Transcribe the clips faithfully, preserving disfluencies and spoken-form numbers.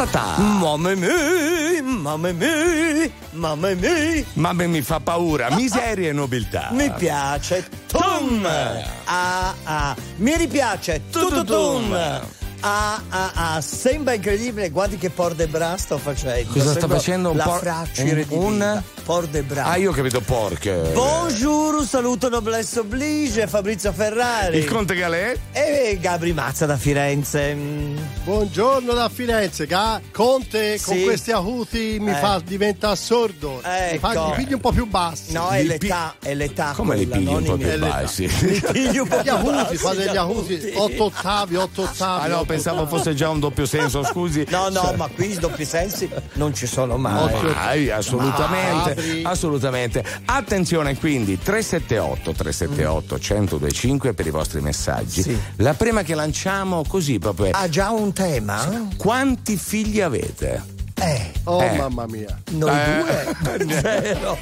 Ta-ta-ta. Mamma mia, mamma mia, mamma mia. Mamma mi fa paura, miseria e nobiltà. Mi piace tum. Ah ah. Mi ripiace tututum. Ah ah ah, sembra incredibile, guardi che Port de Bras sto facendo. Cosa sta facendo? Un la por- fracciere un, di un... vita. Port de Bras. Ah, io ho capito porche. Bonjour, un saluto noblesse oblige, Fabrizio Ferrari. Il Conte Galè. E Gabri Mazza da Firenze. Buongiorno da Firenze, Ga- Conte Sì. con questi acuti mi Eh. fa diventare sordo. Ecco. Mi fa i pigli un po' più bassi. No, è Li l'età, è l'età. Come li quella, pigli un non po' i più miei. bassi? Li pigli un po' Gli più acuti, bassi, fa gli degli acuti, otto ottavi, otto ottavi. Ah no, otto pensavo ottavi. fosse già un doppio senso, scusi. No, no, ma qui i doppi sensi non ci sono mai. Mai, assolutamente, Mai. assolutamente. Attenzione quindi, tre sette otto tre sette otto uno zero due cinque per i vostri messaggi. Sì. La prima che lanciamo così proprio è: Ha già un tema? quanti figli avete? Eh, Oh Eh. mamma mia. noi Eh. due? Zero.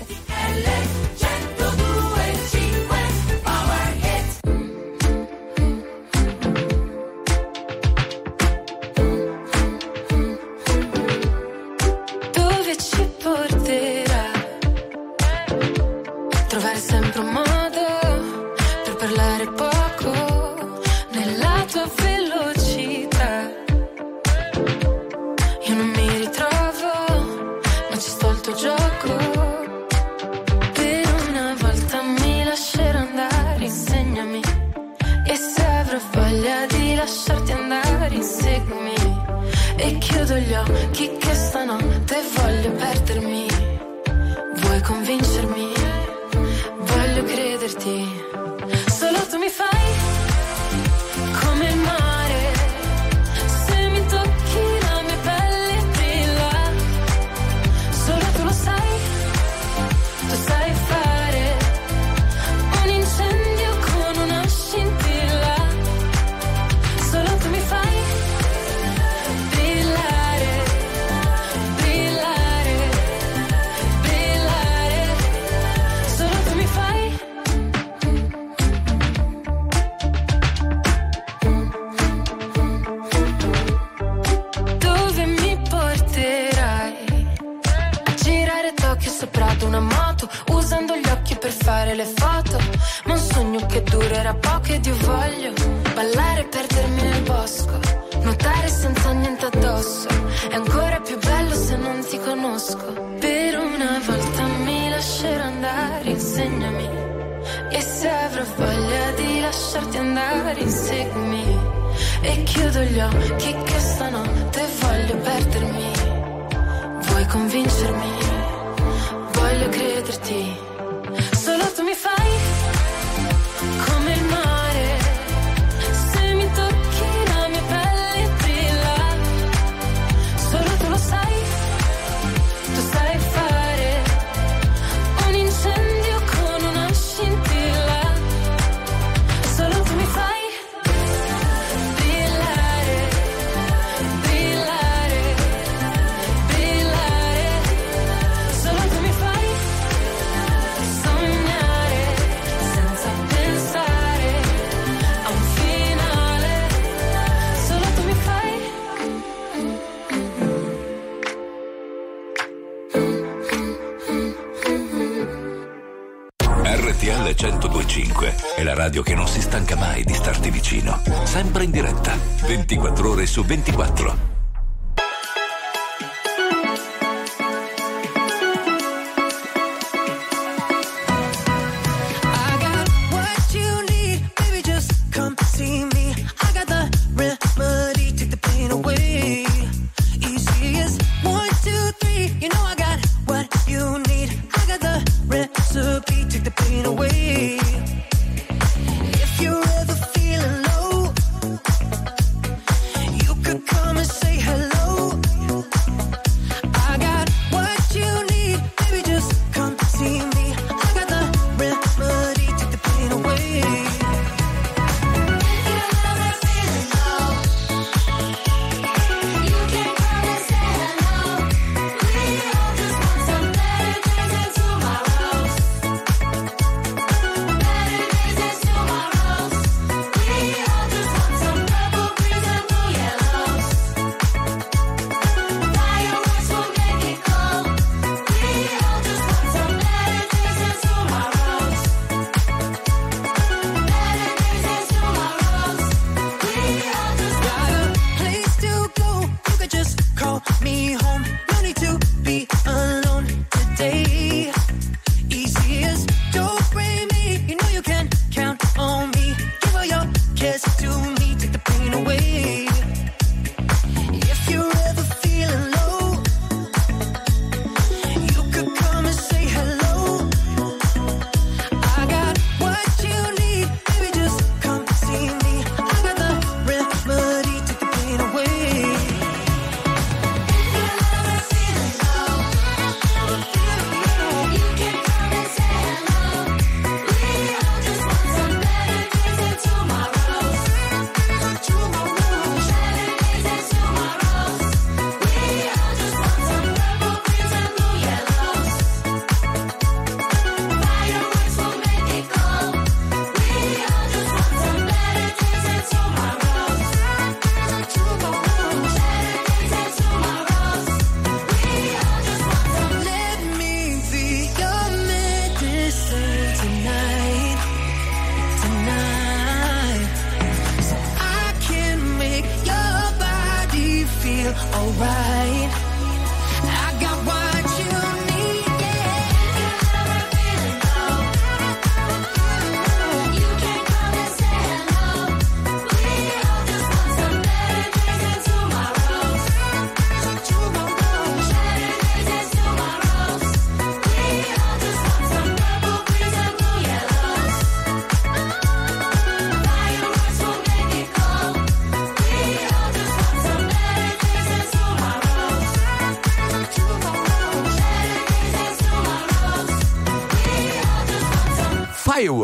Dove ci porterà? Trovare sempre un modo per parlare poco nella tua velocità. Io non mi ritrovo, ma ci sto il tuo gioco. Per una volta mi lascerò andare, insegnami. E se avrò voglia di lasciarti andare, inseguimi. E chiudo gli occhi che stanotte voglio perdermi. Vuoi convincermi? Voglio crederti. Solo tu mi fai come il mare. Se mi tocchi la mia pelle brilla. Solo tu lo sai. Tu sai fare un incendio con una scintilla. Solo tu mi fai brillare, brillare, brillare. Solo tu mi fai. Dove mi porterai? A girare Tokyo sopra ad una moto, usando gli occhi per fare le foto. Ma un sogno che durerà poco ed io voglio ballare e perdermi nel bosco, nuotare senza niente addosso. È ancora più bello se non ti conosco. Per una volta mi lascerò andare, insegnami. E se avrò voglia di lasciarti andare, inseguimi. E chiudo gli occhi che stanotte voglio perdermi. Vuoi convincermi? Voglio crederti. Solo tu mi fai come il mare. Se mi tocchi la mia pelle brilla. Solo tu lo sai. Tu sai fare un incendio con una scintilla. Solo tu mi fai brillare, brillare, brillare. Solo tu mi fai sognare senza pensare a un finale. Solo tu mi fai. R T L centodue e cinque è la radio che non si stanca mai di starti vicino. Sempre in diretta, ventiquattro ore su ventiquattro. I got what you need, baby, just come see me. I got the remedy, take the pain away. Easy as one, two, three. You know I got what you need. I got the recipe, take the pain away. If you're ever feeling low, you could come and say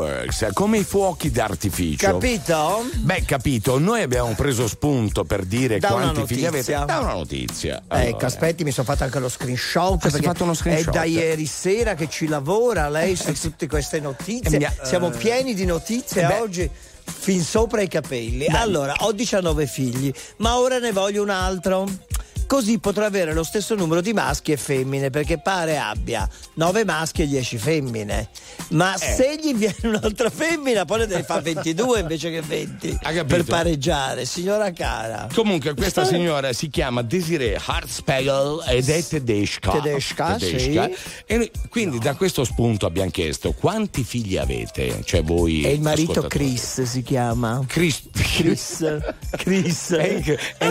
fireworks, come i fuochi d'artificio. Capito? Beh, capito. Noi abbiamo preso spunto per dire da quanti una figli avete. notizia. Da una notizia. Allora. Ecco, aspetti, mi sono fatto anche lo screenshot. Ah, si è fatto uno screenshot? È da ieri sera che ci lavora lei su tutte queste notizie. Mia, Siamo uh, pieni di notizie beh. oggi. Fin sopra i capelli. Beh. Allora, ho diciannove figli, ma ora ne voglio un altro. Così potrò avere lo stesso numero di maschi e femmine, perché pare abbia nove maschi e dieci femmine. Ma eh. se gli viene un'altra femmina, poi ne deve fare ventidue invece che venti per pareggiare, signora cara. Comunque questa signora si chiama Desiree Hartspegel ed è tedesca. Tedesca, tedesca. Sì. E quindi no. da questo spunto abbiamo chiesto quanti figli avete? Cioè voi. E il marito Chris si chiama. Chris. Chris. Chris. È, è,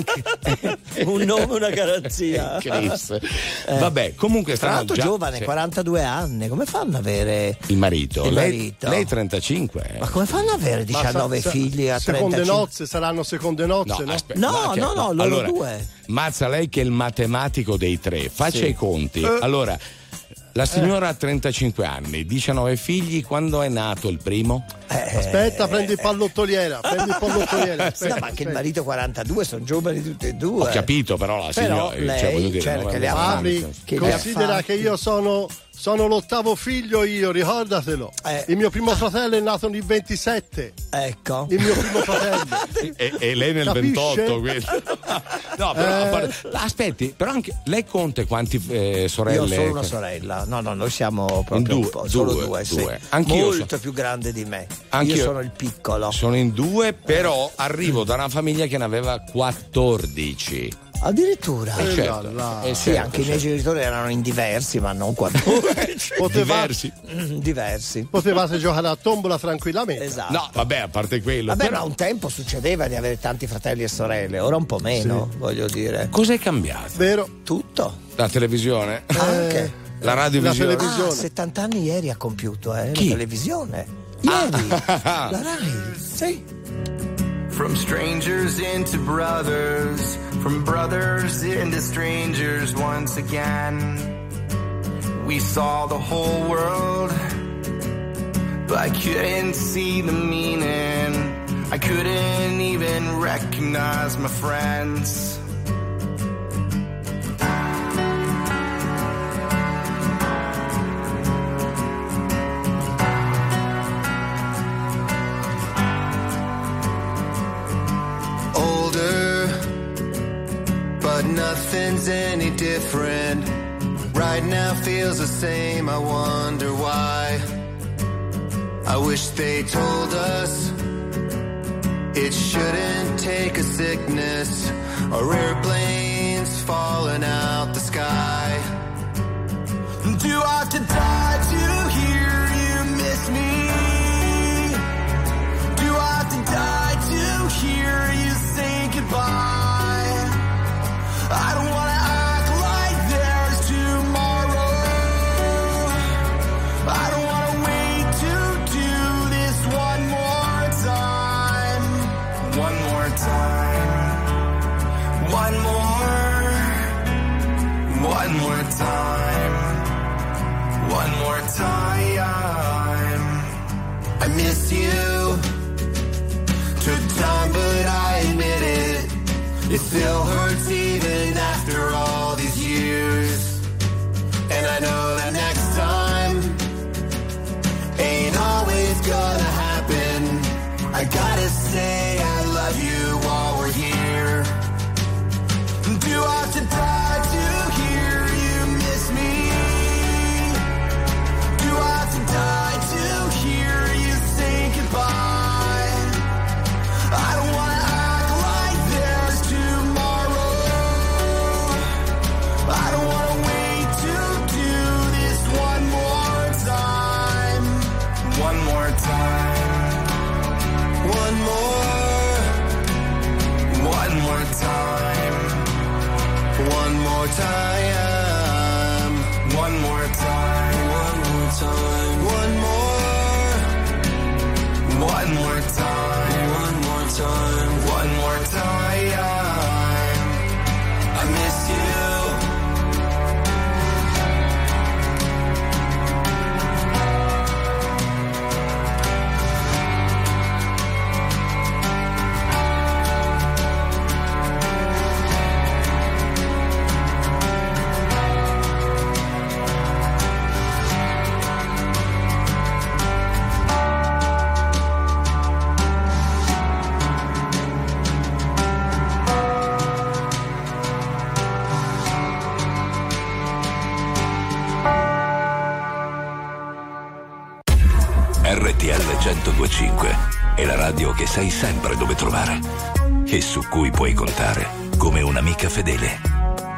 è, un nome, una garanzia. Chris. Eh. Vabbè, comunque tra l'altro già, giovane, sì. quarantadue anni, come fanno ad avere il marito? Il lei, marito. lei trentacinque. Ma come fanno ad avere diciannove sa, figli a seconde trentacinque? nozze, saranno seconde nozze, no? No, aspe- no, no, no, no, loro allora, due. Mazza, lei che è il matematico dei tre, faccia sì. i conti. Eh. Allora, la signora ha trentacinque anni, diciannove figli, quando è nato il primo? Eh, aspetta, prendi il pallottoliera, prendi il pallottoliera. Aspetta, no, ma anche il aspetta. marito quarantadue, sono giovani tutti e due. Ho capito, però la Però signora. lei, cioè, voglio dire, cioè, no, che le ha Fabri, fatti, che le ha considera fatti. che io sono sono l'ottavo figlio io, ricordatelo. Eh. Il mio primo fratello è nato nel ventisette. Ecco. Il mio primo fratello. e, e lei nel Capisce? ventotto, quindi. No, però Eh. par- aspetti, però anche lei conta quanti eh, sorelle? Io ho solo una sorella. No, no, noi siamo proprio In due, un po', solo due, due, sì. due. Anch'io Molto so- più grande di me. Anch'io Io sono il piccolo. Sono in due, però arrivo da una famiglia che ne aveva quattordici. Addirittura. Eh, Eh, certo. là, là. Eh, Sì, certo, anche i miei certo. genitori erano in diversi, ma non quattordici. Poteva- Diversi. Mm, diversi. Potevate giocare a tombola tranquillamente. Esatto. No, vabbè, a parte quello. Vabbè, però ma un tempo succedeva di avere tanti fratelli e sorelle, ora un po' meno, voglio dire. cos'è cambiato? Vero? Tutto. La televisione? Anche. La radiovisione? La televisione. Ah, settanta anni ieri ha compiuto, eh, Chi? la televisione. Ieri. Ah. La Rai. Sì. From strangers into brothers, from brothers into strangers once again. We saw the whole world, but I couldn't see the meaning. I couldn't even recognize my friends. But nothing's any different. Right now feels the same, I wonder why. I wish they told us it shouldn't take a sickness or airplanes falling out the sky. Do I have to die to hear you miss me? Do I have to die to hear you say goodbye? I don't wanna act like there's tomorrow. I don't wanna wait to do this one more time. One more time. One more. One more time. One more time. I miss you. Took time, but I admit it. It still hurts even after all these years. And I know that next time ain't always gonna happen. I gotta say I love you while we're here. Do I have to die to hear you miss me? Do I have to die to hear you say goodbye? I don't wanna act like there's tomorrow. I don't wanna wait to do this one more time. One more time. One more. One more time. One more time. One more time. One more time. One more. One more time. One more time. One more time. I miss you. è la radio che sai sempre dove trovare e su cui puoi contare come un'amica fedele.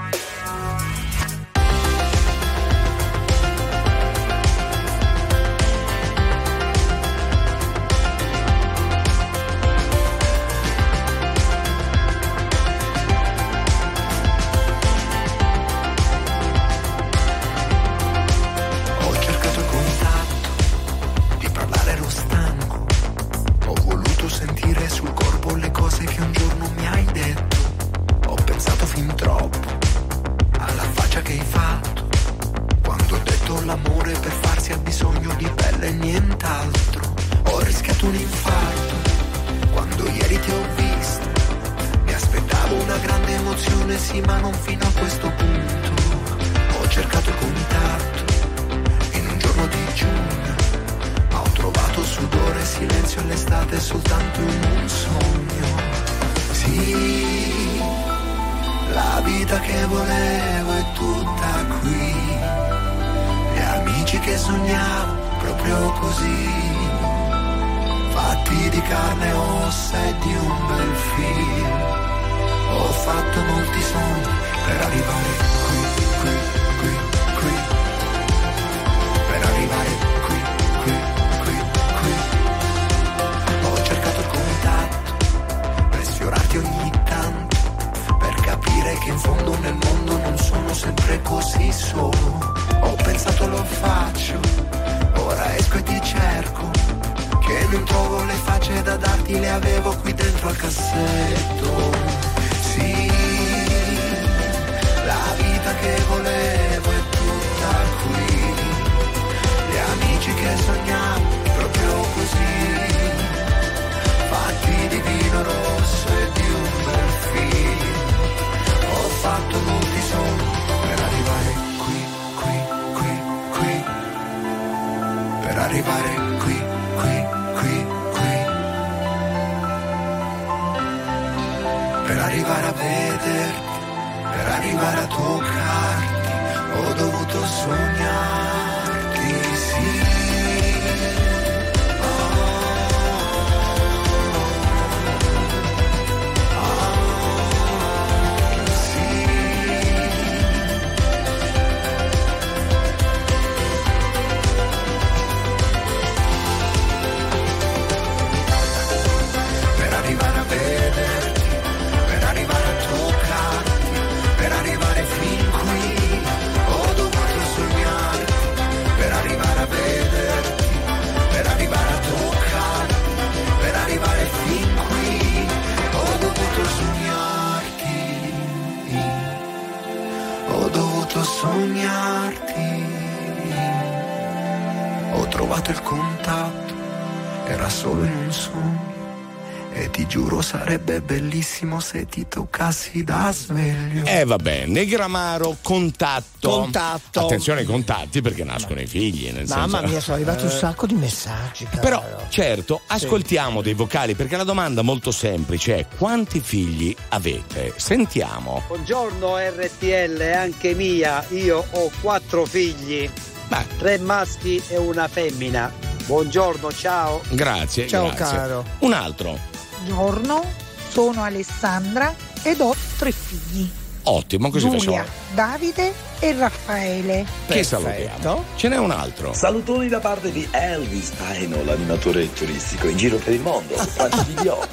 Sarebbe bellissimo se ti toccassi da sveglio. Eh vabbè, Negramaro, contatto. Contatto. Attenzione ai contatti perché nascono i figli. Nel Mamma senso... mia, sono arrivati un sacco di messaggi. Caro. Però, certo, ascoltiamo sì. dei vocali perché la domanda molto semplice è: quanti figli avete? Sentiamo. Buongiorno R T L, anche mia. Io ho quattro figli. Beh. Tre maschi e una femmina. Buongiorno, ciao. Grazie. Ciao grazie. caro. Un altro. Buongiorno, sono Alessandra ed ho tre figli. Ottimo, così Giulia, facciamo. Davide e Raffaele. Che salutiamo. Ce n'è un altro. Salutoni da parte di Elvis Taino, l'animatore turistico in giro per il mondo. Quanti figli ho?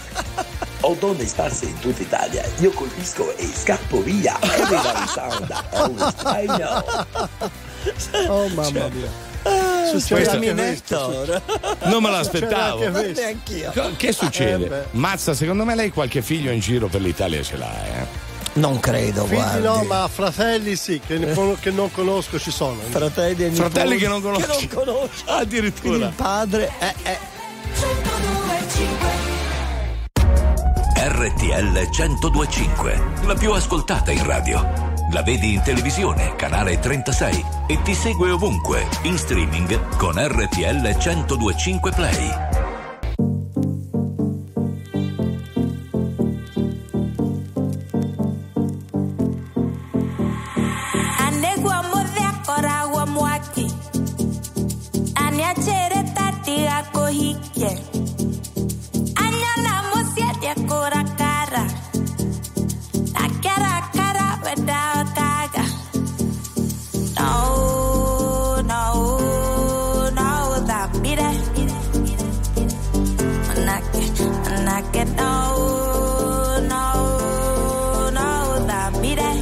Ho donne sparse in tutta Italia. Io colpisco e scappo via. Everybody sound da Elvis Taino. Oh mamma mia. Succede Minetto. Non me l'aspettavo. Neanch'io. Che succede? Eh Mazza, secondo me lei qualche figlio in giro per l'Italia ce l'ha, eh? Non credo, figli guardi. no, ma fratelli sì, che, ne, che non conosco ci sono. Fratelli, e Fratelli nipoti, che non conosci. Che non conosci. Addirittura. Il padre è... è. R T L centodue e cinque, la più ascoltata in radio. La vedi in televisione, canale trentasei, e ti segue ovunque, in streaming con R T L centodue e cinque Play. and I get no, no, no, dammi dai.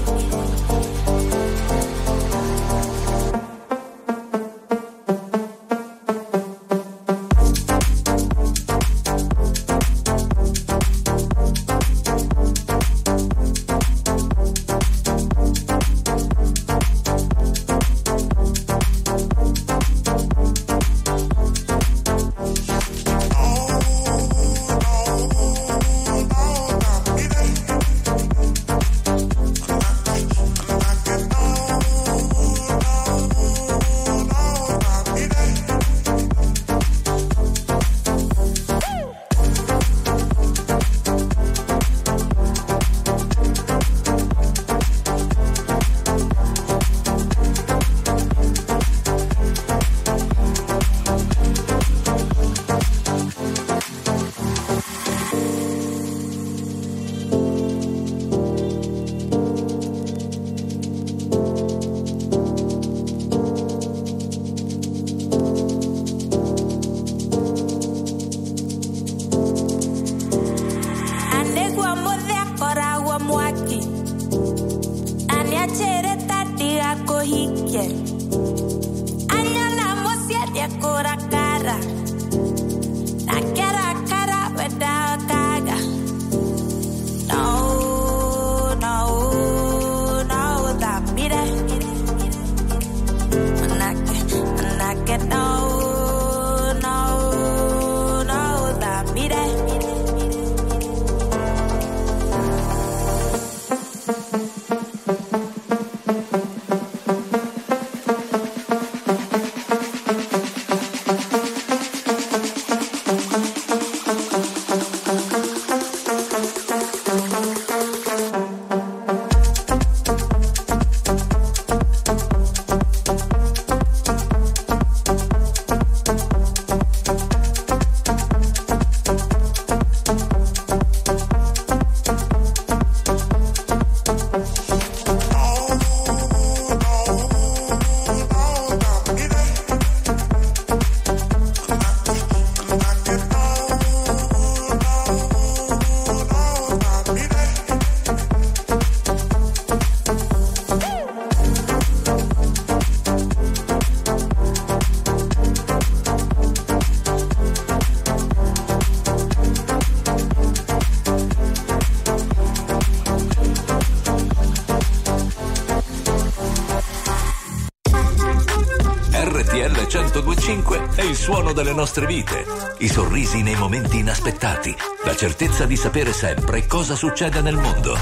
centodue e cinque è il suono delle nostre vite, i sorrisi nei momenti inaspettati, la certezza di sapere sempre cosa succede nel mondo.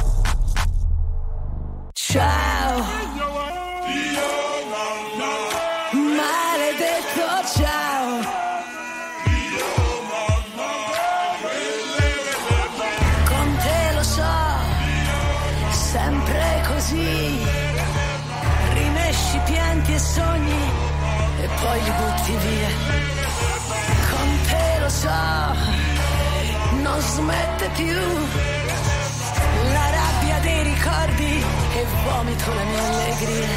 Ciao, maledetto ciao. Con te lo so, sempre così, rimesci pianti e sogni e poi li butti via. Con te lo so, non smette più la rabbia dei ricordi e vomito la mia allegria.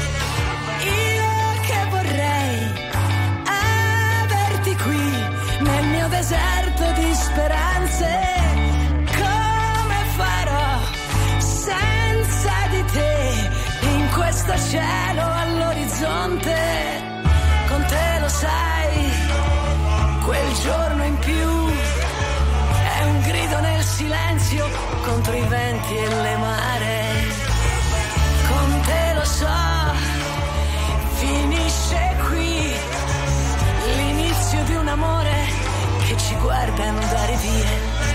Io che vorrei averti qui nel mio deserto di speranze. Come farò senza di te in questo cielo all'orizzonte? Con te lo sai, quel giorno in più è un grido nel silenzio contro i venti e le maree. Con te lo so, finisce qui l'inizio di un amore che ci guarda andare via.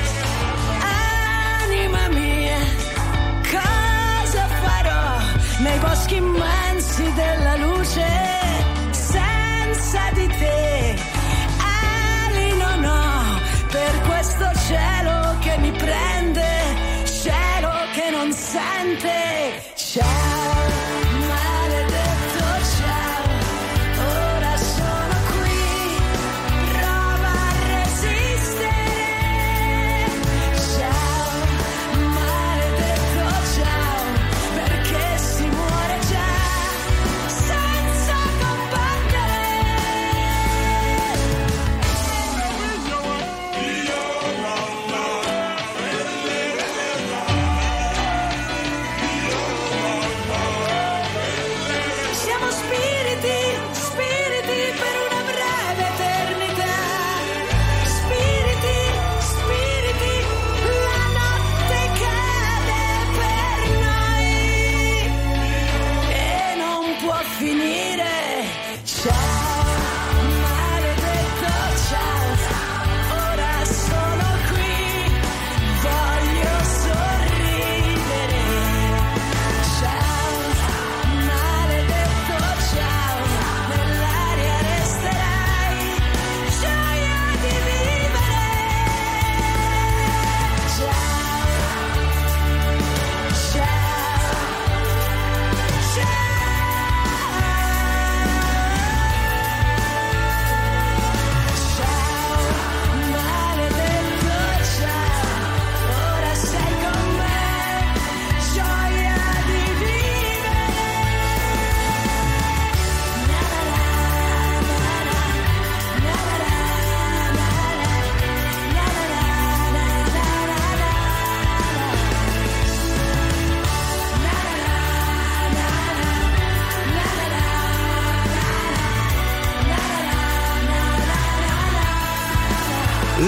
Anima mia, cosa farò nei boschi immensi della luce? Senza di te ali non ho per questo cielo che mi prende, cielo che non sente. Ciao, maledetto ciao, ora sono qui, prova a resistere. Ciao, maledetto ciao, perché si muore già senza combattere.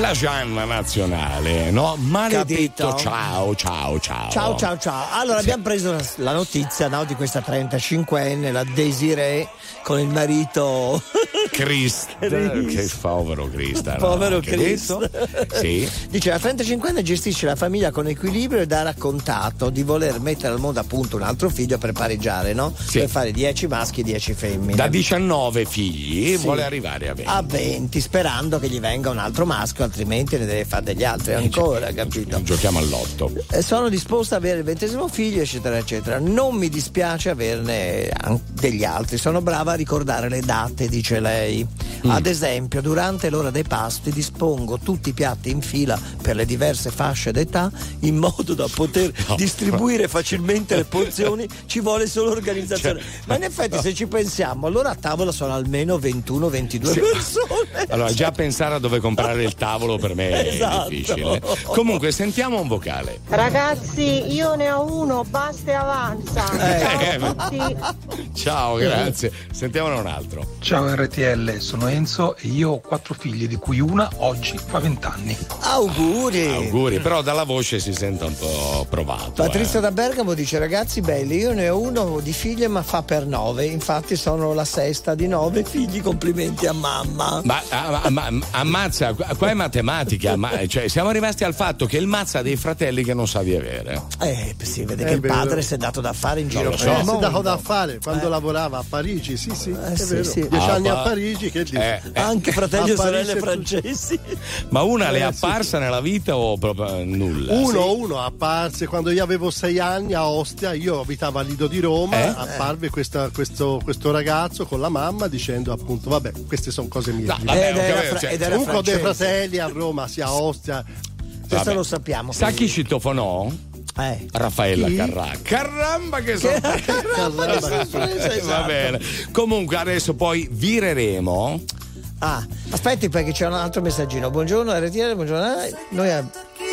la Gianna nazionale, no? Maledetto, Capito? ciao, ciao, ciao. Ciao ciao ciao. Allora Sì. abbiamo preso la, la notizia, no, di questa trentacinquenne, la Desiree, con il marito Christ, Chris. che povero Christ, Povero no? Che Chris. detto? Sì. Dice la trentacinquenne gestisce la famiglia con equilibrio ed ha raccontato di voler mettere al mondo appunto un altro figlio per pareggiare, no? Sì. Per fare dieci maschi e dieci femmine. Da diciannove figli Sì. vuole arrivare a venti. A venti, sperando che gli venga un altro maschio, altrimenti ne deve fare degli altri ancora, capito? Giochiamo all'otto. Eh, Sono disposta ad avere il ventesimo figlio, eccetera, eccetera. Non mi dispiace averne an- degli altri. Sono brava a ricordare le date, dice lei. Mm. Ad esempio, durante l'ora dei pasti dispongo tutti i piatti in fila per le diverse fasce d'età in modo da poter No. distribuire facilmente le porzioni. Ci vuole solo organizzazione. Cioè, Ma in effetti, no. se ci pensiamo, allora a tavola sono almeno ventuno ventidue Sì. persone. Allora, già pensare a dove comprare il tavolo per me è Esatto. difficile. Comunque, sentiamo un vocale. Ragazzi, io ne ho uno, basta e avanza. Eh, Ciao a tutti. Ciao, grazie. Sentiamone un altro. Ciao R T L, sono Enzo e io ho quattro figli, di cui una oggi fa vent'anni. Auguri. Auguri, però dalla voce si sente un po' provato. Patrizia eh. da Bergamo dice: ragazzi belli, io ne ho uno di figlie ma fa per nove, infatti sono la sesta di nove figli, complimenti a mamma. Ma ah, ma- ma- ammazza, qua è matematica, ma, cioè, siamo rimasti al fatto che il mazza ha dei fratelli che non sa di avere. Eh si vede È che il vero. padre si è dato da fare in Non giro lo per so. il Eh, si è mondo. dato da fare quando Eh. lavorava a Parigi, sì, sì, Eh, è sì, vero. sì. Dieci Ah, anni ma- a Parigi, che dici? Eh, eh, Anche fratelli A e sorelle Parigi è francesi. ma una le è Eh, sì. apparsa nella vita o proprio nulla? Uno, uno apparse quando io avevo sei anni a Ostia, io abitavo a Lido di Roma, Eh? apparve questa- questo, questo ragazzo con la mamma dicendo appunto vabbè, queste sono cose mie. No, vabbè, Ed ho era capito, fra- cioè, ed era Comunque ho dei francese. fratelli a Roma, sia a Ostia. Questo vabbè. lo sappiamo. Sa chi citofonò? Eh. Raffaella Chi? Carrà. Caramba che sono Caramba, che sorpresa, Eh, Va esatto. bene. Comunque adesso poi vireremo. Ah, aspetti perché c'è un altro messaggino. Buongiorno R T L, buongiorno. Eh, Noi a...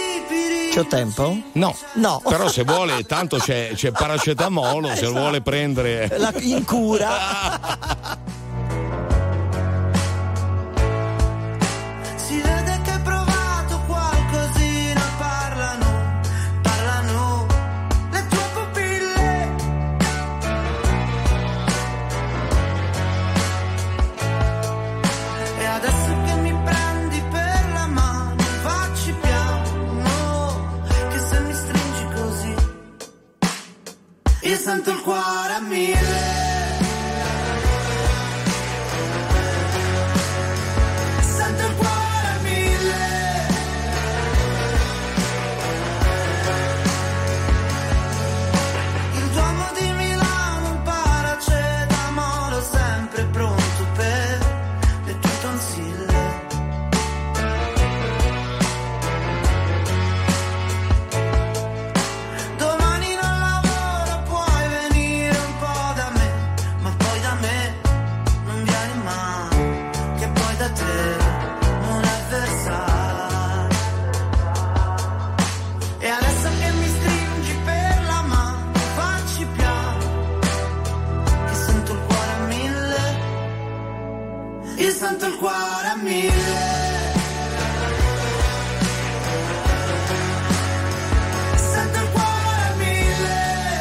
C'ho tempo? No. No. Però se vuole, tanto c'è, c'è paracetamolo, se lo Esatto. vuole prendere. La- in cura. Si vede che hai provato qualcosina, parlano, parlano le tue pupille. E adesso che mi prendi per la mano, facci piano, che se mi stringi così, io sento il cuore a mille. Sento il cuore a mille. Il Duomo di Milano, un paracetamolo sempre pronto per le tue tonsille. Domani non lavoro, puoi venire un po' da me, ma poi da me non vieni mai, che poi da te non è Versailles. E adesso che mi stringi per la mano, facci piano, che sento il cuore a mille. Io sento il cuore a mille. Sento il cuore a mille.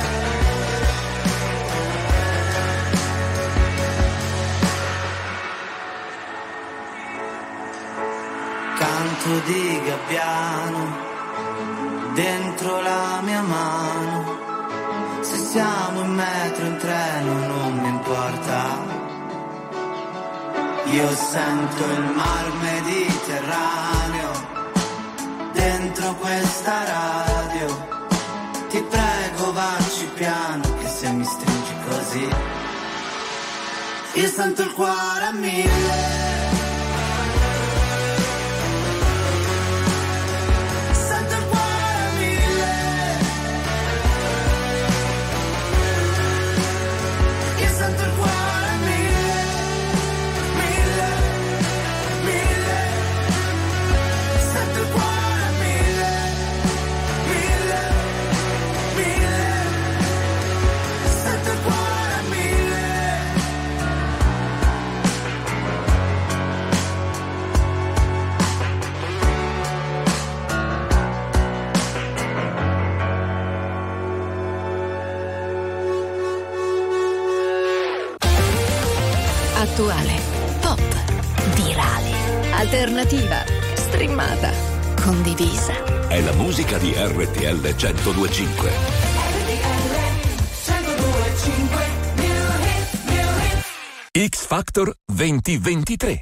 Canto di gabbiano dentro la mia mano. Se siamo in metro, in treno, non mi importa. Io sento il mar Mediterraneo dentro questa radio. Ti prego, vacci piano, che se mi stringi così, io sento il cuore a mille. Sento il cuore a mille. Io sento il cuore a mille. Mille, mille. Sento il cuore a mille. Mille, mille. Sento il cuore a mille. alternativa, streamata, condivisa. È la musica di R T L centodue e cinque. X Factor duemilaventitré.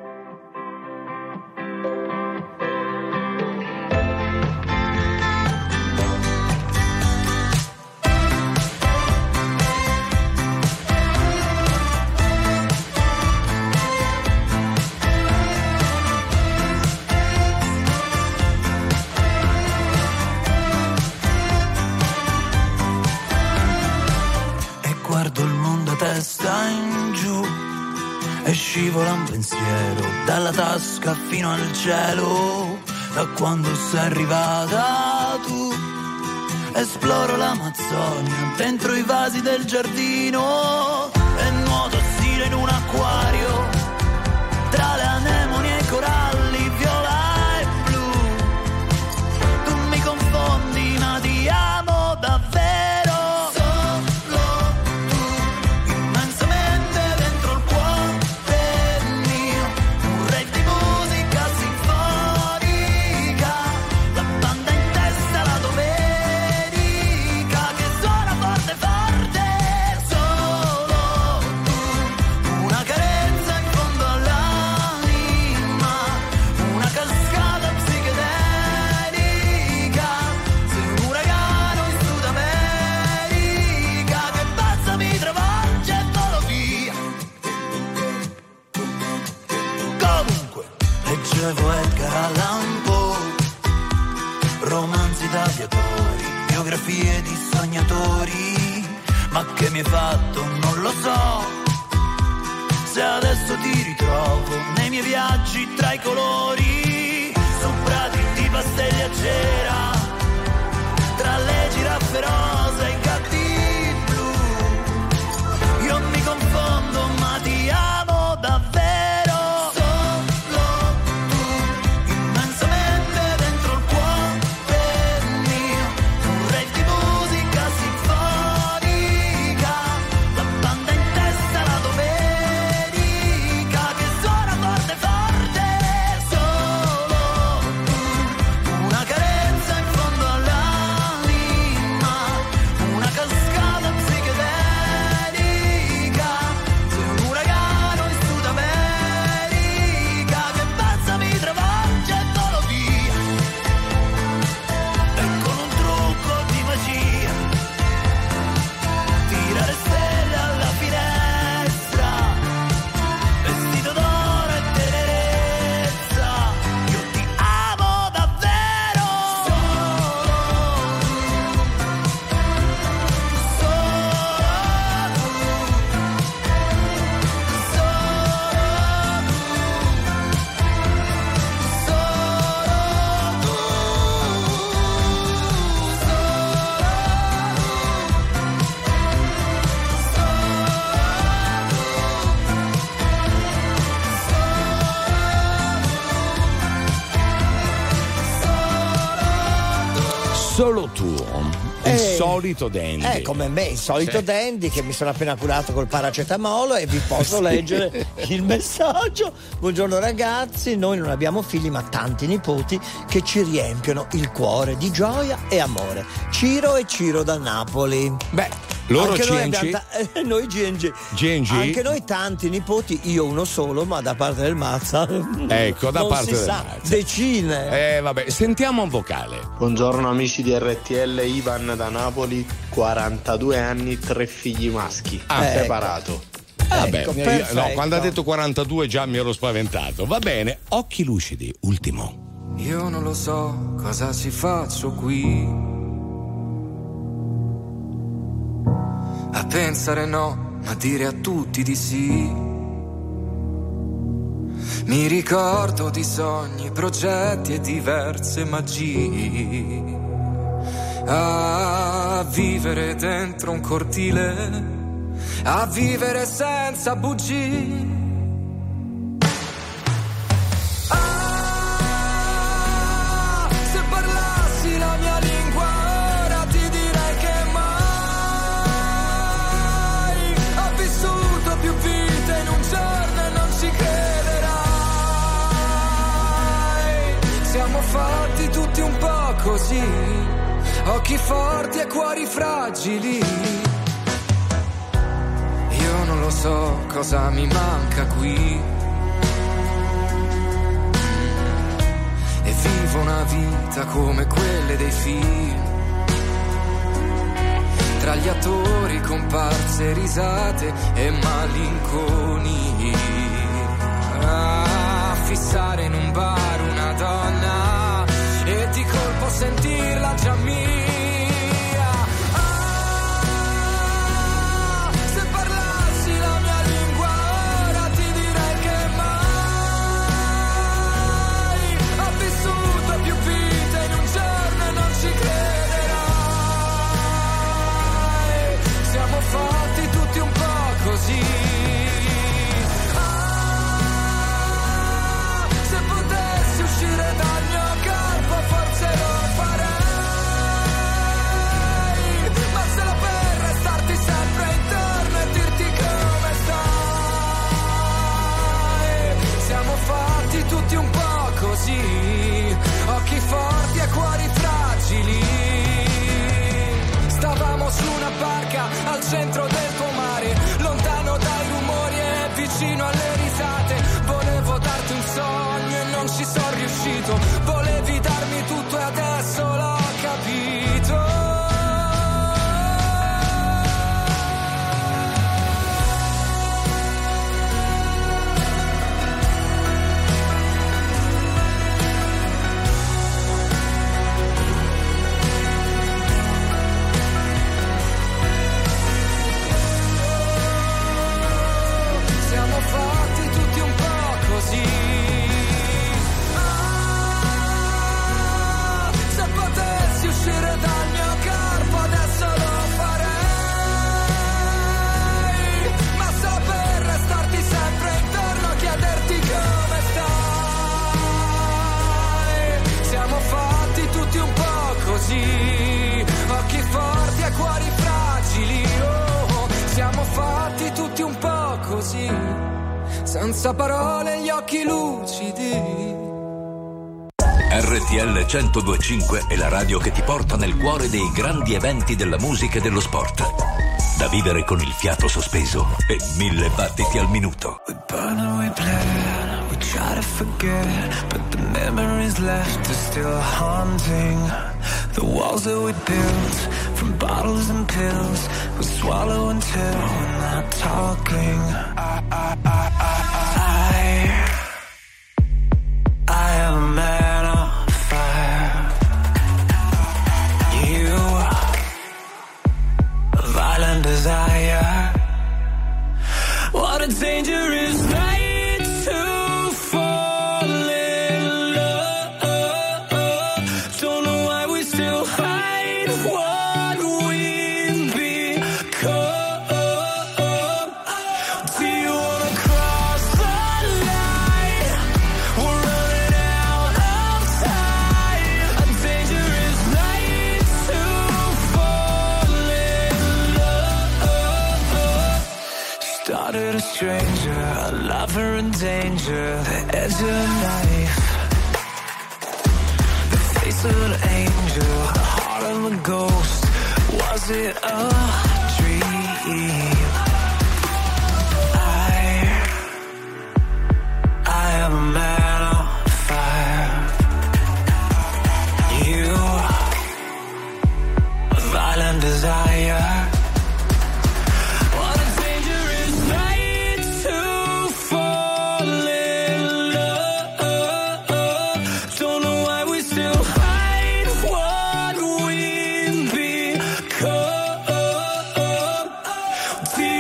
Guardo il mondo a testa in giù e scivola un pensiero dalla tasca fino al cielo. Da quando sei arrivata tu esploro l'Amazzonia dentro i vasi del giardino e nuoto stile in un acquario tra le anemoni e i coralli viola e blu. Tu mi confondi ma ti amo davvero. Leggevo Edgar Allan Poe, romanzi d'aviatori, biografie di sognatori, ma che mi hai fatto non lo so, se adesso ti ritrovo nei miei viaggi tra i colori, su prati di pasteglia a cera, tra le giraffe rosa e i gatti blu, io mi confondo ma ti amo davvero. Solo tu, il Eh, solito Dandy. Eh, come me, il solito Sì. Dandy che mi sono appena curato col paracetamolo e vi posso Sì. leggere il messaggio. Buongiorno ragazzi, noi non abbiamo figli ma tanti nipoti che ci riempiono il cuore di gioia e amore. Ciro e Ciro da Napoli. Beh, loro Anche C noi, N G? abbiamo ta- eh, noi G N G. G N G? Anche noi tanti nipoti, io uno solo, ma da parte del Mazza. Ecco, da non parte si del sa, Mazza. decine. Eh, vabbè, sentiamo un vocale. Buongiorno amici di R T L, Ivan da Napoli, quarantadue anni, tre figli maschi, Ah, separato. Vabbè, Ecco, io- no, perfetto. quando ha detto quarantadue già mi ero spaventato. Va bene, occhi lucidi, ultimo. Io non lo so cosa ci faccio qui. A pensare no, ma dire a tutti di sì. Mi ricordo di sogni, progetti e diverse magie. A vivere dentro un cortile, a vivere senza bugie. Ah, se parlassi la mia lingua ora ti direi che mai ha vissuto più vite in un giorno e non ci crederai. Siamo fatti tutti un po' così, occhi forti e cuori fragili. Io non lo so cosa mi manca qui, e vivo una vita come quelle dei film, tra gli attori, comparse, risate e malinconia. Ah, fissare in un bar una donna e di colpo sentirla già mia. Ah, se parlassi la mia lingua ora ti direi che mai ho vissuto più vite in un giorno e non ci crederai. Siamo fatti tutti un po' così. Ah, se potessi uscire dal mio corpo forse lo farei, ma solo per restarti sempre intorno e dirti come stai. Siamo fatti tutti un po' così, occhi forti e cuori fragili. Stavamo su una barca al centro del comare, lontano dai rumori e vicino alle risate. Volevo darti un sogno e non ci sono riuscito, volevi darmi tutto e adesso l'ho capito. Siamo fatti tutti un po' così. Ah, se potessi uscire dal mio corpo adesso lo farei, ma solo per restarti sempre intorno a chiederti come stai. Siamo fatti tutti un po' così, occhi forti e cuori fragili. Oh, siamo fatti tutti un po' così, senza parole e gli occhi lucidi. R T L centodue e cinque è la radio che ti porta nel cuore dei grandi eventi della musica e dello sport. Da vivere con il fiato sospeso e mille battiti al minuto. Burn and we plan, we try to forget, but the memories left are still haunting. The walls that we built from bottles and pills, we swallow until we're not talking. I, I, I, I, I am a man on fire. You, a violent desire. What a dangerous night to fall in love. Don't know why we still hide what we've become. Do you wanna cross the line? We're running out of time. A dangerous night to fall in love. Started a stranger, a lover in danger, the edge of a knife, the face of an angel, the heart of a ghost. Was it a dream? I, I am a man on fire. You, a violent desire. What a dangerous night to fall in love. Don't know why we still hide what we've become. Do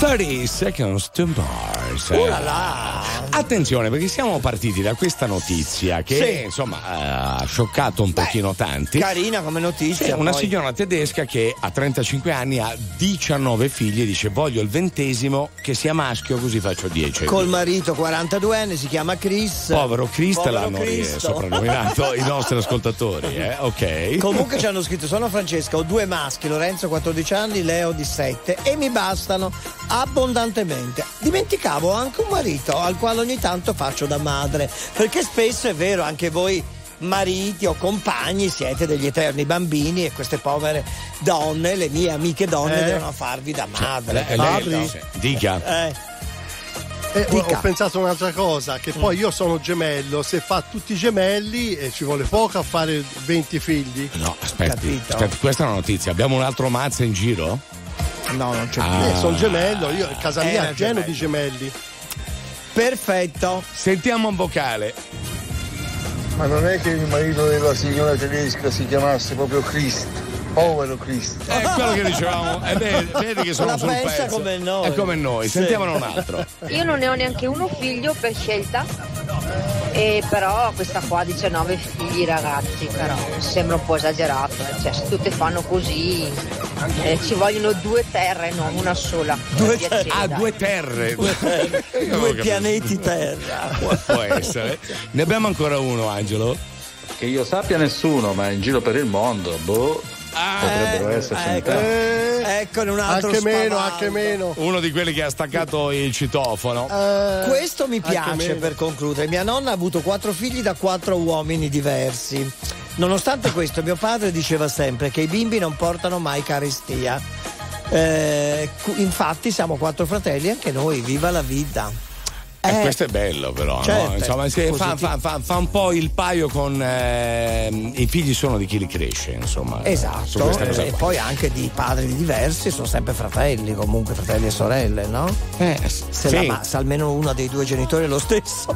thirty Seconds to Mars. Uh là là. Attenzione, perché siamo partiti da questa notizia che Sì. insomma ha scioccato un pochino tanti. Carina come notizia. Sì, una poi. signora tedesca che a trentacinque anni ha diciannove figli e dice voglio il ventesimo che sia maschio così faccio dieci. Col marito quarantadue anni, si chiama Chris. Povero Chris, Povero l'hanno Cristo. soprannominato i nostri ascoltatori, eh? Ok. Comunque ci hanno scritto: sono Francesca, ho due maschi, Lorenzo quattordici anni, Leo di sette e mi bastano abbondantemente. Dimenticavo anche un marito al quale ogni tanto faccio da madre, perché spesso è vero, anche voi mariti o compagni siete degli eterni bambini e queste povere donne, le mie amiche donne, Eh. devono farvi da madre. Lei- Madri? lei- sì. Dica. Eh. Eh, ho, Dica. ho pensato un'altra cosa, che poi io sono gemello, se fa tutti gemelli eh, ci vuole poco a fare venti figli. No, aspetti, Capito. aspetti, questa è una notizia. Abbiamo un altro Mazza in giro? No, non c'è Ah. Eh, sono gemello, io casa mia Era è pieno gemello. di gemelli. Perfetto. Sentiamo un vocale. Ma non è che il marito della signora tedesca si chiamasse proprio Christ, povero Christ. È quello che dicevamo, eh, vedi, vedi che sono La sul pensa pezzo. come noi. È come noi, Sì. sentiamone un altro. Io non ne ho neanche uno figlio per scelta, e però questa qua ha diciannove figli ragazzi, però sembra un po' esagerato, eh. Cioè se tutte fanno così eh, ci vogliono due terre, non una sola. Due Per piacere, terre. Ah, dai. due terre. Due, Io non ho due capito. pianeti terra. Può, può essere. Ne abbiamo ancora uno, Angelo? Che io sappia nessuno, ma in giro per il mondo, boh, potrebbero esserci in ecco. tanti. Eh, eccone un altro Anche meno, spavaldo. anche meno. Uno di quelli che ha staccato il citofono. Eh, Questo mi anche piace meno. per concludere. Mia nonna ha avuto quattro figli da quattro uomini diversi. Nonostante questo, mio padre diceva sempre che i bimbi non portano mai carestia. Eh, cu- infatti siamo quattro fratelli, anche noi, viva la vita. Eh, Eh, questo è bello però, certo, no? Insomma, si- fa, positivo. fa- fa- fa un po' il paio con eh, i figli sono di chi li cresce, insomma. su Esatto, questa cosa e qua. poi anche di padri diversi, sono sempre fratelli, comunque fratelli e sorelle, no? Eh, Se, sì. la ma- se almeno uno dei due genitori è lo stesso.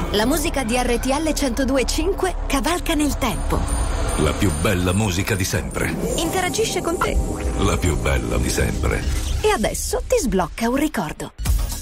La musica di R T L centodue e cinque cavalca nel tempo. La più bella musica di sempre. Interagisce con te. La più bella di sempre. E adesso ti sblocca un ricordo.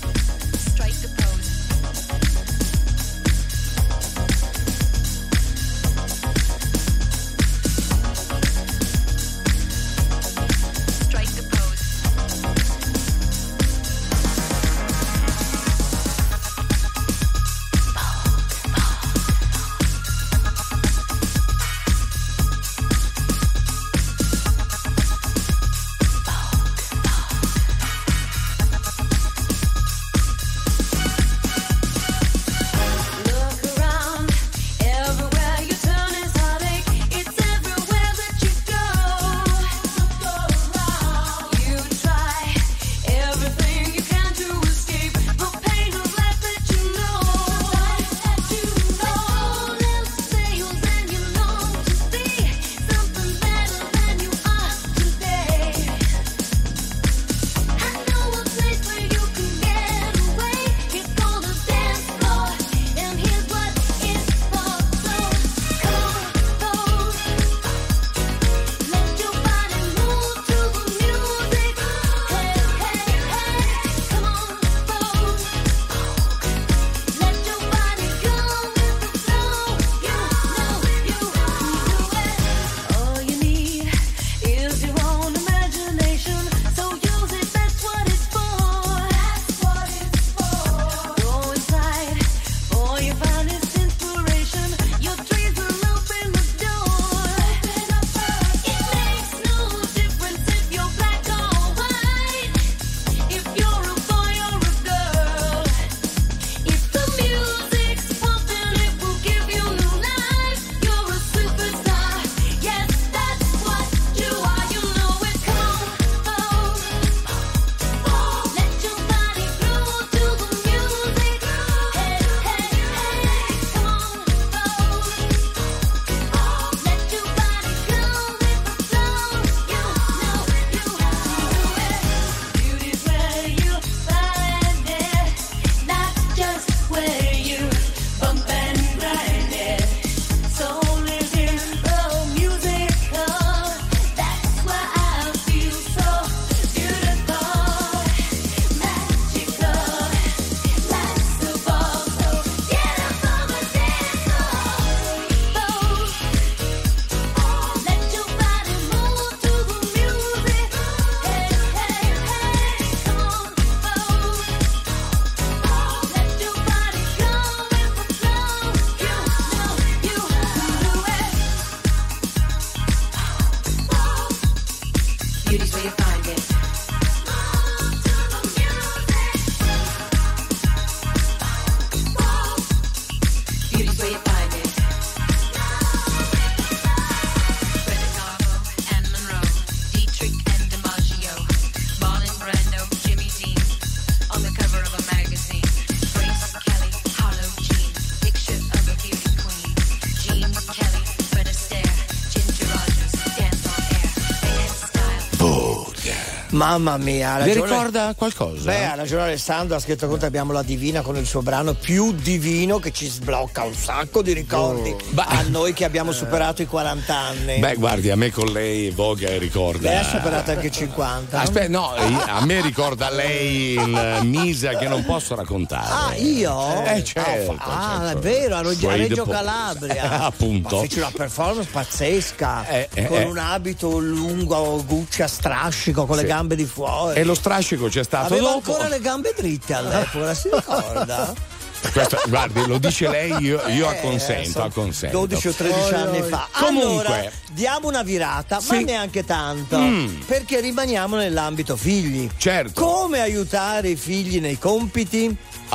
Mamma mia, ha vi ragione. ricorda qualcosa? Beh, ha ragione Alessandro, ha scritto conto, abbiamo la Divina con il suo brano più divino che ci sblocca un sacco di ricordi Oh. a noi che abbiamo superato i quaranta anni. Beh, guardi, a me con lei Voga ricorda. Lei ha superato anche i cinquanta. Aspetta, no, a me ricorda lei il Misa che non posso raccontare. Ah, io? Eh, certo. Ah, certo. è vero, a Reggio, a Suoi Reggio depo- Calabria. Appunto. Ma feci una performance pazzesca. Eh, eh, con eh. un abito lungo, Gucci a strascico, con Sì. le gambe di fuori. E lo strascico c'è stato Aveva dopo. ancora le gambe dritte all'epoca, si ricorda? Questo, guardi, lo dice lei, io, io Eh, acconsento, sono acconsento. dodici o tredici anni fa. Comunque, Allora, diamo una virata, Sì. ma neanche tanto, Mm. perché rimaniamo nell'ambito figli. Certo. Come aiutare i figli nei compiti?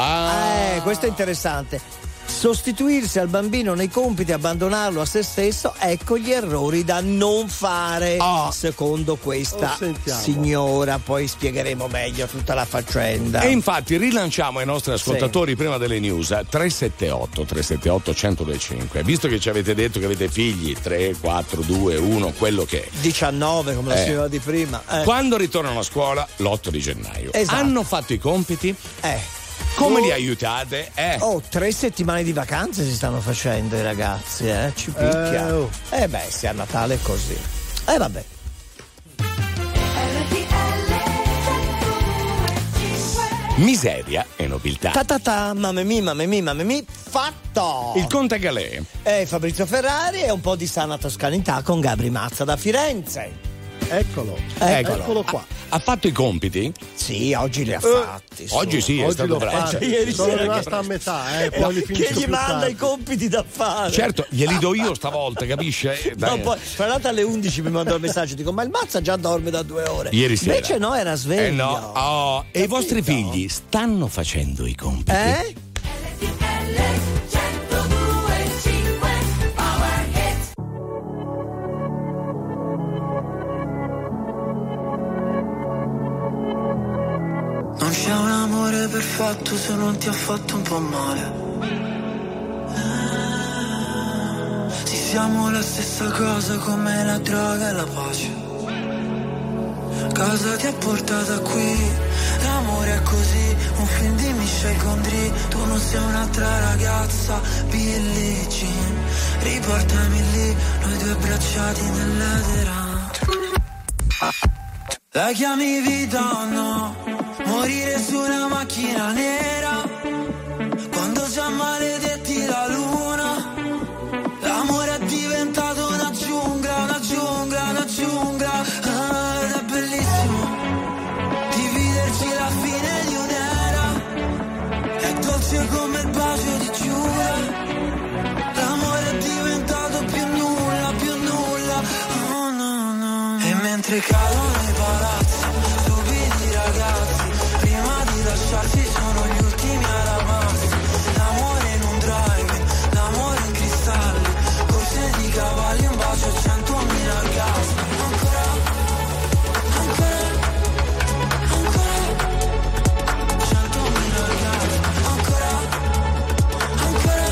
Ah. Eh, questo è interessante. Sostituirsi al bambino nei compiti, abbandonarlo a se stesso, ecco gli errori da non fare, Ah. secondo questa Oh, sentiamo. signora. Poi spiegheremo meglio tutta la faccenda. E infatti rilanciamo ai nostri ascoltatori prima delle news tre sette otto tre sette otto uno zero due cinque. Visto che ci avete detto che avete figli tre, quattro, due, uno, quello che è. diciannove come la Eh. signora di prima. Eh. Quando ritornano a scuola l'otto di gennaio. Esatto. Hanno fatto i compiti? Eh. Come Oh. li aiutate? Eh? Oh, tre settimane di vacanze si stanno facendo i ragazzi, eh? Ci picchia. Eh, oh. Eh beh, se a Natale è così. Eh vabbè. Miseria e nobiltà. Ta ta ta, mamma mia, mamma mia, mamma mia, fatto! Il Conte Galè. E Fabrizio Ferrari e un po' di sana toscanità con Gabri Mazza da Firenze. Eccolo, Eccolo. eccolo qua. Ha fatto i compiti? Sì, oggi li ha fatti. su. Oggi sì, è Oggi stato l'ho bravo. fatto. ieri Sono sera rimasta che- a metà, eh, poi li Che finisco gli più manda tardi. i compiti da fare. Certo, glieli do io stavolta, capisce? No, Dai. poi, fra l'altro alle undici mi mandò il messaggio, dico ma il Mazza già dorme da due ore. Ieri sera. Invece no, era sveglio. Eh no. Oh, e i vostri figli stanno facendo i compiti? Eh? Non c'è un amore perfetto se non ti ha fatto un po' male. Sì, siamo la stessa cosa come la droga e la pace. Cosa ti ha portata qui? L'amore è così, un film di Michel Gondry. Tu non sei un'altra ragazza, Billie Jean. Riportami lì, noi due abbracciati nell'edera. La chiami vita o no? Morire su una macchina nera, quando già maledetti la luna. L'amore è diventato una giungla, una giungla, una giungla. Ah, ed è bellissimo dividerci la fine di un'era. È dolce come il bacio di Giura. L'amore è diventato più nulla, più nulla. Oh no, no. E mentre cadono i palazzi, stupidi ragazzi, prima di lasciarsi sono gli ultimi ad amarsi. L'amore in un drive, l'amore in cristalli, corse di cavalli, un bacio a centomila orgasmi. Ancora, ancora, ancora, centomila orgasmi. Ancora, ancora,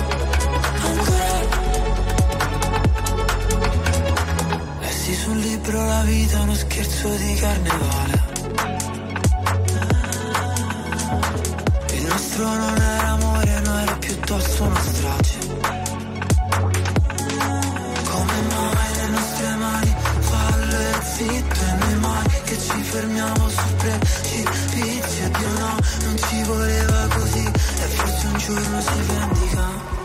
ancora. Lessi sul libro La vita è uno scherzo di carnevale. Il nostro non era amore, no, era piuttosto una strage. Come mai le nostre mani fallo e zitto, e noi mai che ci fermiamo sul precipizio. Dio no, non ci voleva così, e forse un giorno si vendica.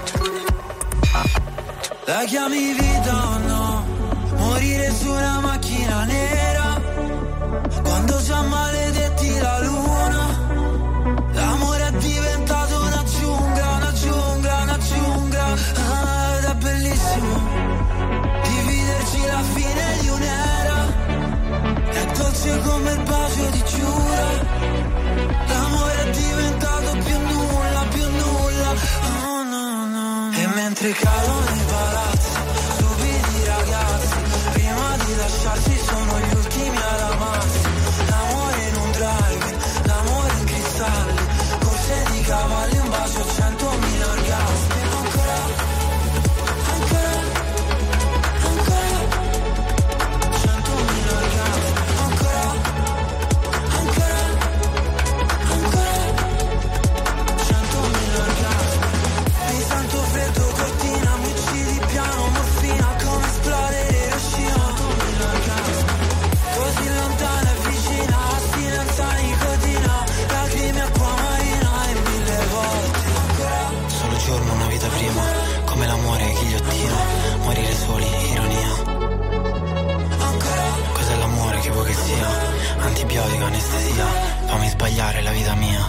La chiami vita o no? Morire su una macchina nera, quando già maledetti la luna. L'amore è diventato una giungla, una giungla, una giungla. Ah, ed è bellissimo dividerci la fine di un'era. È dolce come il bacio di Giura. L'amore è diventato più nulla, più nulla. Oh no, no. E mentre cadono i palazzi, stupidi ragazzi, prima di lasciarsi sono gli ultimi ad amarsi. L'amore in un drive, l'amore in cristalli, corse di cavalli, un bacio a centomila orgasmi. Ancora, ancora, ancora, centomila orgasmi. Ancora, ancora, ancora, centomila orgasmi. Mi sento freddo, cortina, mi uccidi piano, morfina, come esplodere Hiroshima. Centomila orgasmi. Così lontana e vicina, astinenza, nicotina, lacrime, acqua marina e mille volte. Solo giorno, una vita prima, come l'amore, ghigliottina, morire soli, ironia. Ancora. Cos'è l'amore, che vuoi che sia? Antibiotico, anestesia, fammi sbagliare la vita mia.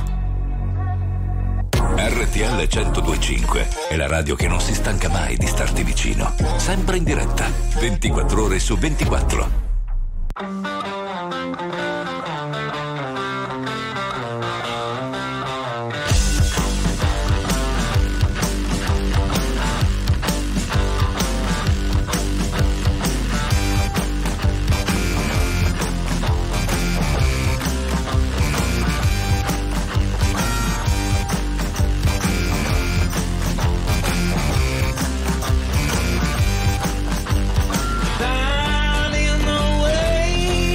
R T L centodue e cinque è la radio che non si stanca mai di starti vicino. Sempre in diretta, ventiquattro ore su ventiquattro. Down in the way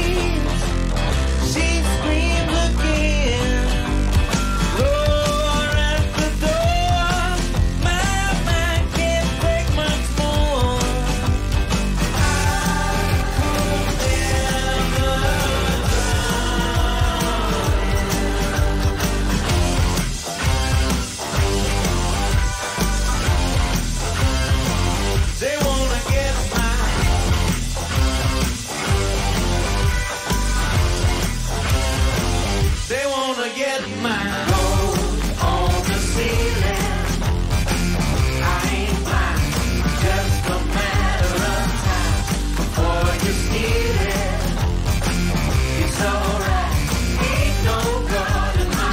get mine. Gold on the ceiling. I ain't blind, just a matter of time before you steal it. It's alright, ain't no God in my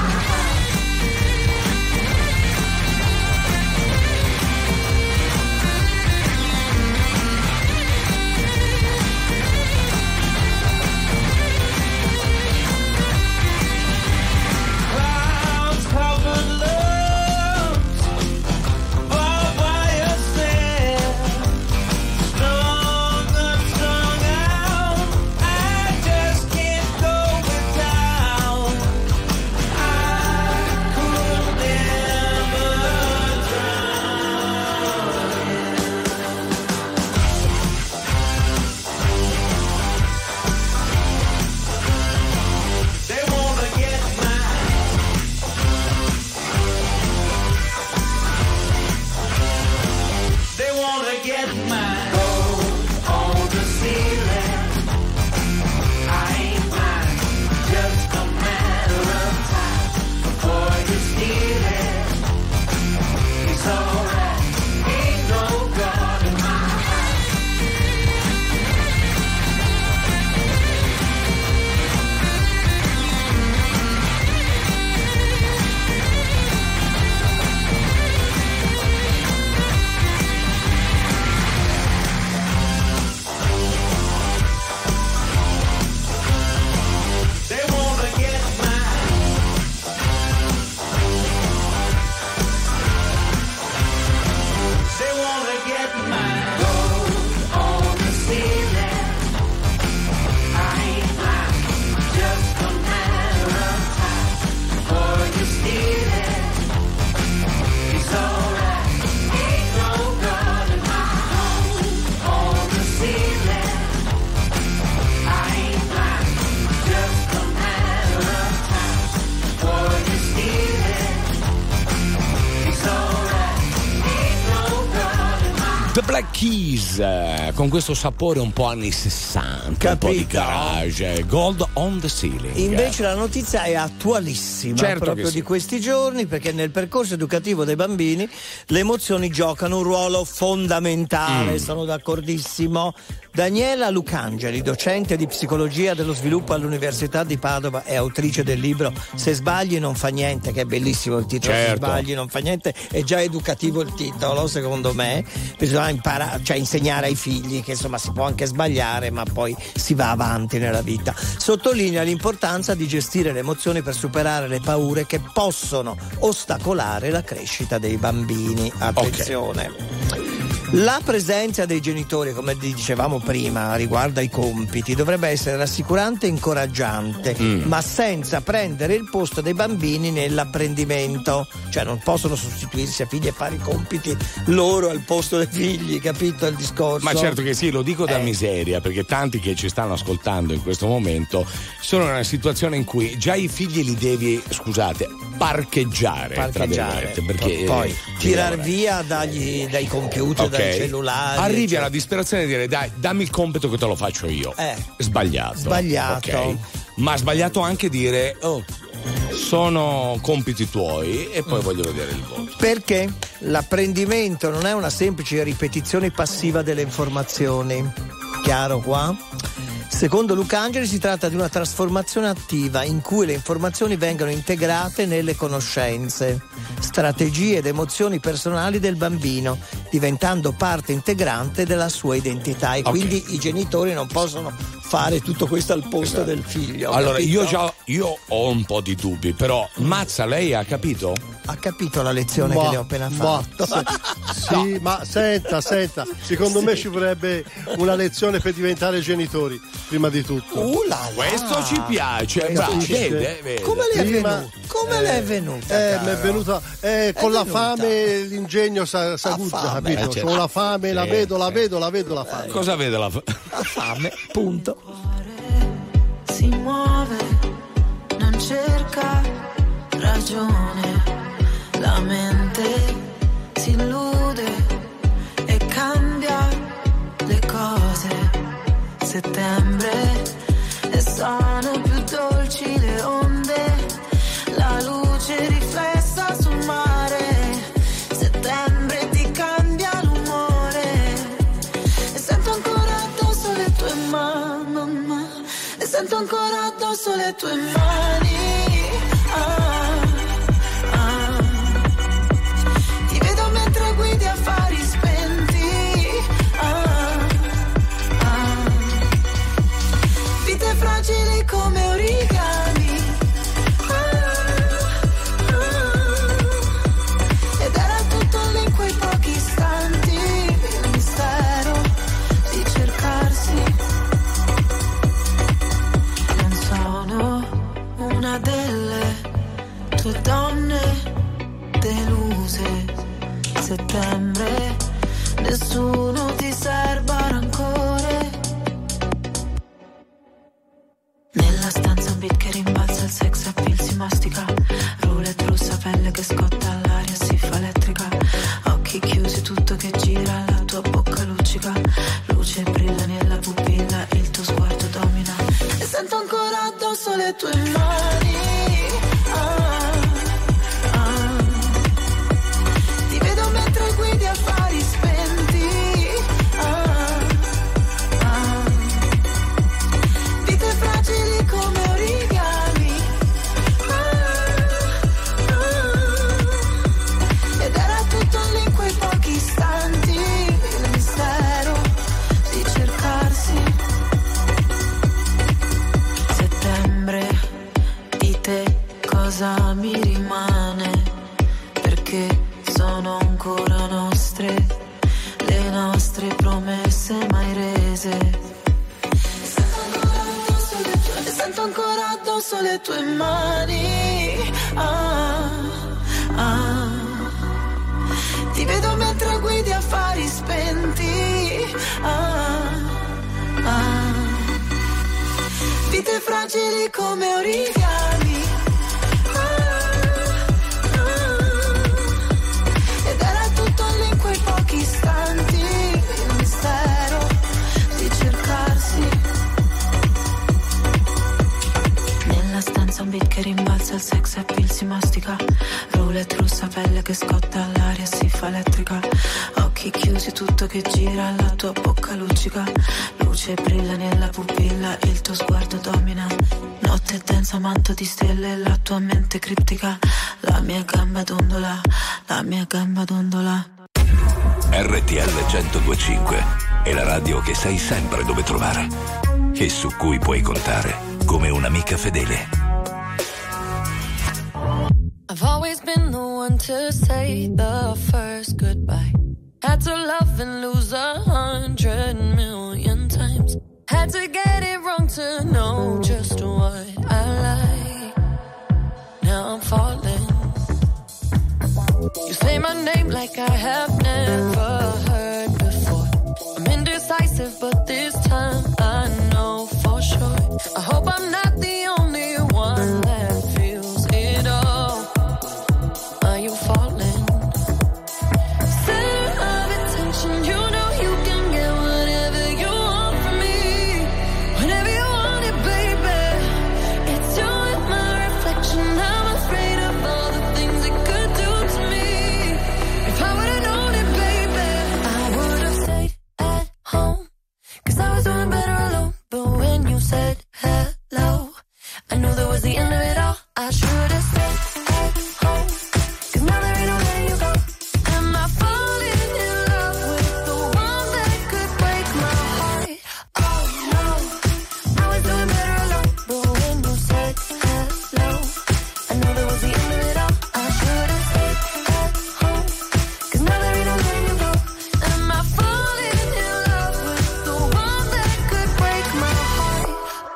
Black Keys, eh, con questo sapore un po' anni sessanta, un po' di garage. Gold on the ceiling. Invece la notizia è attualissima, certo proprio sì. di questi giorni, perché nel percorso educativo dei bambini le emozioni giocano un ruolo fondamentale, mm. sono d'accordissimo. Daniela Lucangeli, docente di psicologia dello sviluppo all'Università di Padova e autrice del libro Se sbagli non fa niente, che è bellissimo il titolo, certo. Se sbagli non fa niente, è già educativo il titolo, secondo me. Bisogna imparare, cioè insegnare ai figli che insomma si può anche sbagliare, ma poi si va avanti nella vita. Sottolinea l'importanza di gestire le emozioni per superare le paure che possono ostacolare la crescita dei bambini. Attenzione. Okay. La presenza dei genitori, come dicevamo prima, riguardo ai compiti, dovrebbe essere rassicurante e incoraggiante, mm. ma senza prendere il posto dei bambini nell'apprendimento. Cioè non possono sostituirsi a figli e fare i compiti loro al posto dei figli, capito il discorso? Ma certo che sì, lo dico da eh. miseria, perché tanti che ci stanno ascoltando in questo momento sono in una situazione in cui già i figli li devi, scusate, parcheggiare, parcheggiare. Tra perché poi eh, tirar via dagli, dai computer, okay. dai cellulari. Arrivi eccetera. alla disperazione di dire dai, dammi il compito che te lo faccio io. Eh. Sbagliato. Sbagliato. Okay. Ma sbagliato anche dire oh, sono compiti tuoi e poi mm. voglio vedere il voto. Perché l'apprendimento non è una semplice ripetizione passiva delle informazioni. Chiaro qua? Secondo Lucangeli si tratta di una trasformazione attiva in cui le informazioni vengono integrate nelle conoscenze, strategie ed emozioni personali del bambino, diventando parte integrante della sua identità, e okay. quindi i genitori non possono fare tutto questo al posto esatto. del figlio. Allora capito? io già io ho un po' di dubbi, però Mazza, lei ha capito? Ha capito la lezione ma, che le ho appena fatto? Ma, sì, no. ma senta, senta, secondo sì. me ci vorrebbe una lezione per diventare genitori, prima di tutto. Uh là là. Questo ci piace, bravo, vede, vede. Come le è Prima, venuta? Come eh, le è venuta? Eh, mi è venuta eh, con è la venuta. fame l'ingegno sa, sa gutta, capito? Eh, certo. Con la fame, sì, la vedo, sì. la vedo, la vedo la fame. Eh, cosa vede la fame? La fame, punto. Si muove, non cerca ragione, la mente si illude e cambia le cose. Settembre e sono più dolci le onde, la le tue mani. Ah, ah. Ti vedo mentre guidi affari spenti. Ah, ah. Vite fragili come origami. Ah, ah. Ed era tutto lì in quei pochi istanti. Il mistero di cercarsi. Una delle tue donne deluse. Settembre, nessuno ti serba rancore. Nella stanza un beat che rimbalza, il sex appeal si mastica. Roulette russa, pelle che scotta, all'aria si fa elettrica. Occhi chiusi, tutto che gira, la tua bocca luccica. Luce brilla nella pupilla, il tuo sguardo domina. E sento ancora addosso le tue mani. Ah, ah. Ti vedo mentre guidi affari spenti. Ah, ah. Vite fragili come origami. Ah, ah. Ed era tutto lì in quei pochi istanti. Il mistero di cercarsi. Settembre, di te cosa mi rimane? Perché sono ancora nostre, le nostre promesse mai rese. E sento ancora addosso le tue mani. Ah, ah. Ti vedo mentre guidi affari spenti. Ah, ah. Vite fragili come origami. Ah, ah. Ed era tutto lì in quei pochi istanti. Il mistero di cercarsi. Nella stanza un beat che rimbalza, il sex appeal si mastica. Roulette russa, pelle che scotta, l'aria si fa elettrica. Occhi chiusi, tutto che gira, la tua bocca luccica. Luce brilla nella pupilla, il tuo sguardo domina. Notte densa, manto di stelle, la tua mente criptica. La mia gamba dondola, la mia gamba dondola. R T L centodue e cinque è la radio che sai sempre dove trovare e su cui puoi contare come un'amica fedele. I've always been the one to say the first goodbye. Had to love and lose a hundred million times. Had to get it wrong to know just what I like. Now I'm falling. You say my name like I have never heard before. I'm indecisive, but this time I know for sure. I hope I'm not the only one that feels it all. Are you falling? Center of attention, you know you can get whatever you want from me. Whenever you want it, baby. It's you and my reflection. I'm afraid of all the things it could do to me. If I would've known it, baby, I would've stayed at home. Cause I was doing better alone. But when you said hello, I knew that was the end of it all. I should've stayed at home. Cause now there ain't no letting you go. Am I falling in love with the one that could break my heart? Oh no, I was doing better alone. But when you said hello, I knew that was the end of it all. I should've stayed at home. Cause now there ain't no letting you go. Am I falling in love with the one that could break my heart?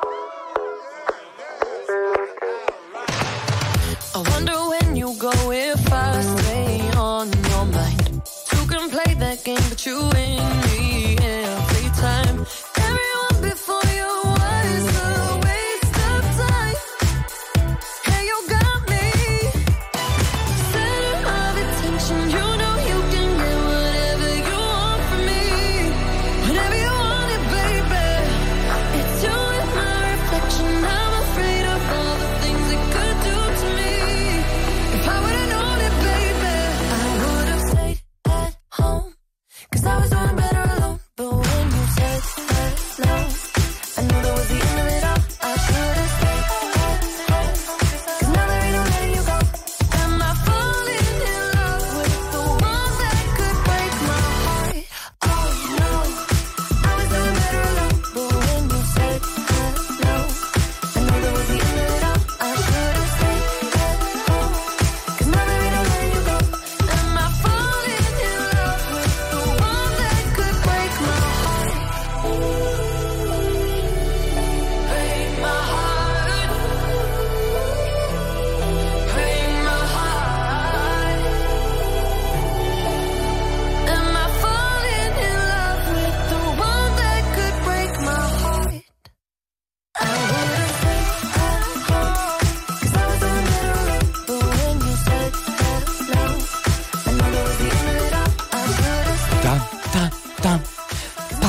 I wonder when you go if I stay on your mind. Two can play that game, but you win me every time. Everyone before you was a waste of time. Hey, you got me. Center of attention, you know you can get whatever you want from me. Whenever you want it, baby. It's you and my reflection. I'm afraid of all the things it could do to me. If I would've known it, baby, I would've stayed at home. Cause I was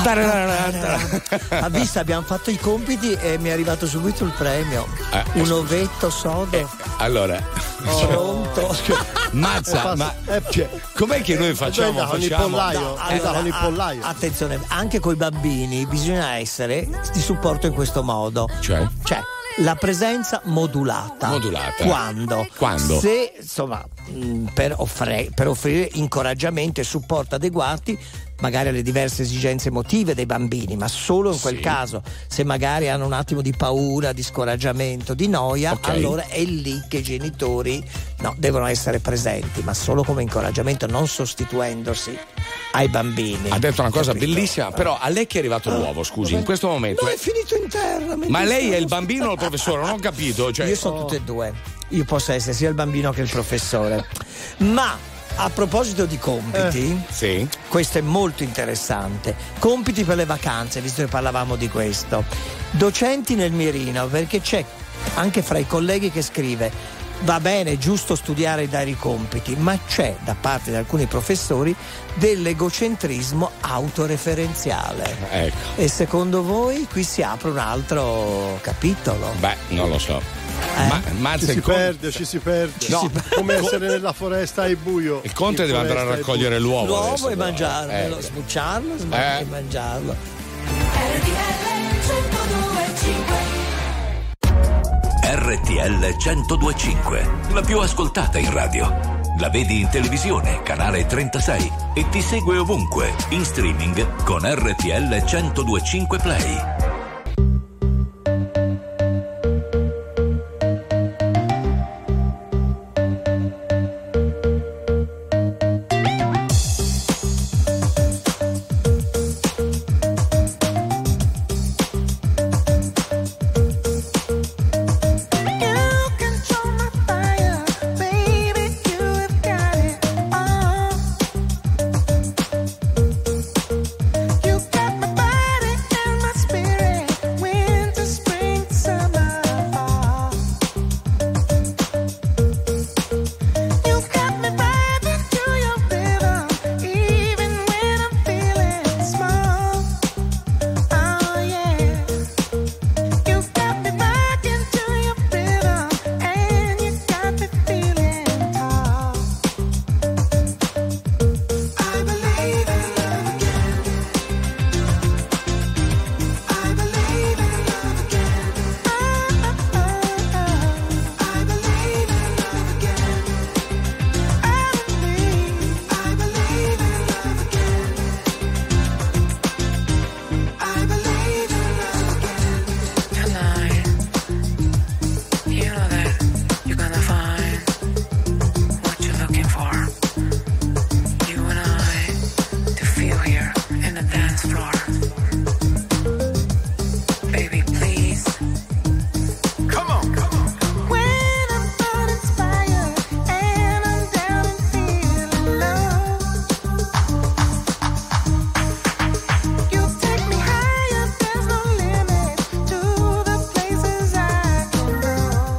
Ha visto, abbiamo fatto i compiti e mi è arrivato subito il premio. Eh, un ovetto sodo. Eh, allora, pronto. Mazza, ma cioè, com'è che noi facciamo? Con il facciamo pollaio, No, allora, con il pollaio. a- attenzione, anche coi bambini bisogna essere di supporto in questo modo. Cioè? Cioè, la presenza modulata. Modulata. Quando? Quando? Se, insomma, mh, per, offre- per offrire incoraggiamento e supporto adeguati magari alle diverse esigenze emotive dei bambini, ma solo in quel Sì. caso. Se magari hanno un attimo di paura, di scoraggiamento, di noia, Ok. allora è lì che i genitori no, devono essere presenti, ma solo come incoraggiamento, non sostituendosi ai bambini. Ha detto una cosa Capito? bellissima, però a lei che è arrivato l'uovo, scusi, in questo momento. No, è- è finito in terra. mi Ma lei è il dispiace. bambino o il professore? Non ho capito. Cioè, Io sono tutte e due. Io posso essere sia il bambino che il professore. Ma a proposito di compiti, Sì. questo è molto interessante. Compiti per le vacanze, visto che parlavamo di questo. Docenti nel mirino, perché c'è anche fra i colleghi che scrive: va bene, è giusto studiare e dare i compiti, ma c'è da parte di alcuni professori dell'egocentrismo autoreferenziale. Ecco. E secondo voi qui si apre un altro capitolo? Beh, non lo so. Eh? Ma Ci Mazza, si il, con- perde, ci si perde. No. Come essere nella foresta ai buio. il conte In deve andare a foresta ai raccogliere l'uovo. L'uovo adesso, e però. mangiarlo, Eh. sbucciarlo sma- Eh. e mangiarlo. R T L centodue e cinque, la più ascoltata in radio. La vedi in televisione, canale trentasei, e ti segue ovunque, in streaming con R T L centodue e cinque Play. You control my fire, baby. You have got it all. You got my body and my spirit, winter, spring, summer, fall. You got me vibing to your rhythm, even when I'm feeling small. Oh yeah. You got me rocking to your rhythm, and you got me feeling tall. I believe in love again. I believe in love again. Oh, oh, oh, oh. I believe in love again. I believe, I believe in love again. I believe in love again. Tonight, you know that you're gonna find what you're looking for. You and I to feel here in the dance floor. Baby, please. Come on, come on. When I'm uninspired and I'm down and feeling low, you take me higher. There's no limit to the places I can go.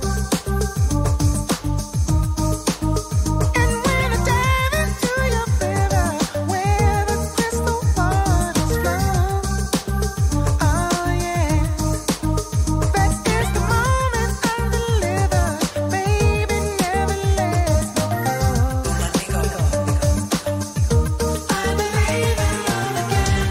And when I dive into your river, where the crystal waters flow, oh yeah. That is the moment I deliver, baby, never let me go. I believe in love again.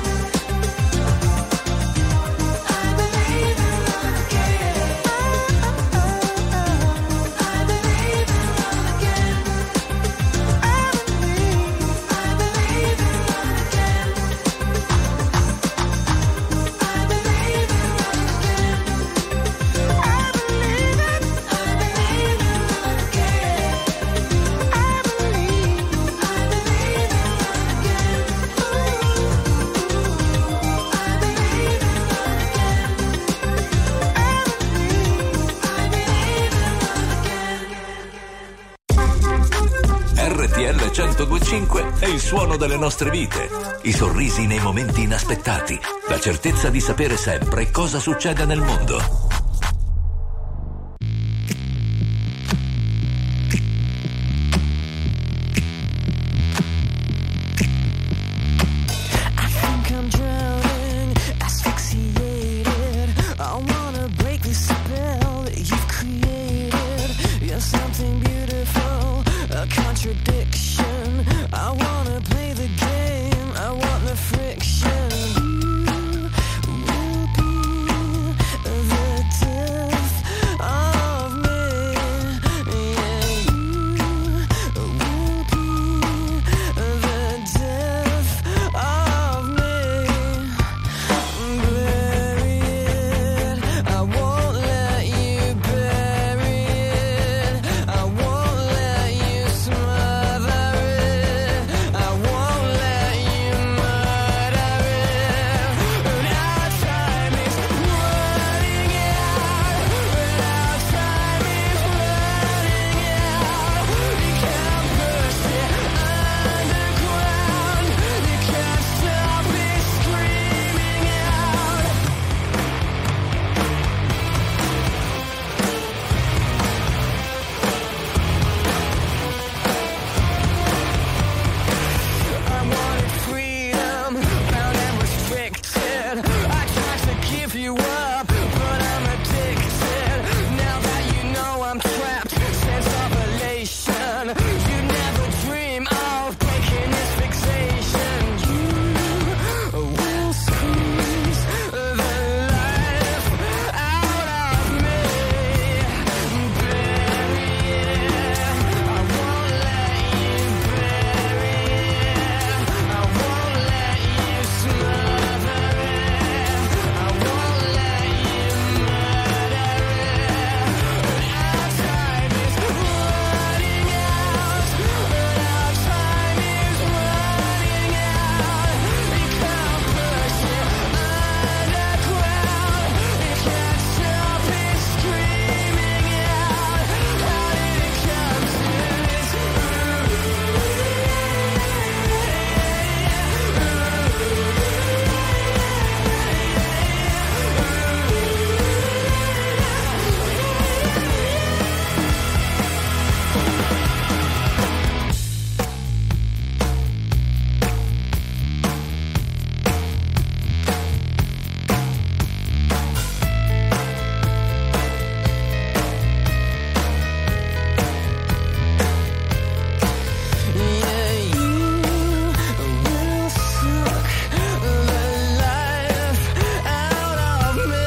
I believe in love again. Oh, oh, oh, oh. I believe in love again. I believe, I believe in love again. I believe in love again. I believe it. I believe in love again. I believe, I believe in love again. I believe in love again. R T L centodue e cinque è il suono delle nostre vite, i sorrisi nei momenti inaspettati, la certezza di sapere sempre cosa succede nel mondo. I think I'm drowning contradiction. I wanna play the game, I want the friction. You will be the death of me. Yeah, you will be the death of me. Bury it, I won't let you bury it. I won't let you smother it. I won't let you murder it. But our time is running out. But our time is running out. You can't push it underground. You can't stop it screaming out. I wanted freedom, bound and restricted. I tried to give you up, but I'm addicted. Now that you know I'm trapped, sense of elation. You never dream of breaking this fixation. You will squeeze the life out of me. Bury it, I won't let you bury it. I won't let you smother it. I won't let you murder it. Our time is running out. Our time is running out. You can't push it underground. You can't stop it screaming out. How did it come to this? Yeah, you will suck the life out of me.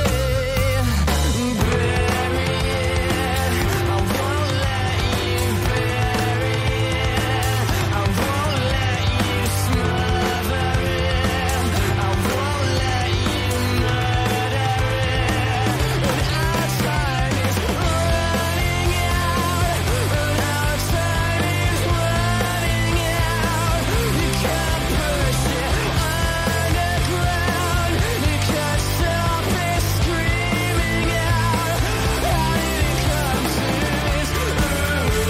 Bury it, I won't let you bury it. I won't let you smother it. I won't let you murder it. But our time is running out. But our time is running out. You can't push it underground. You can't stop it screaming out. How did it come to this?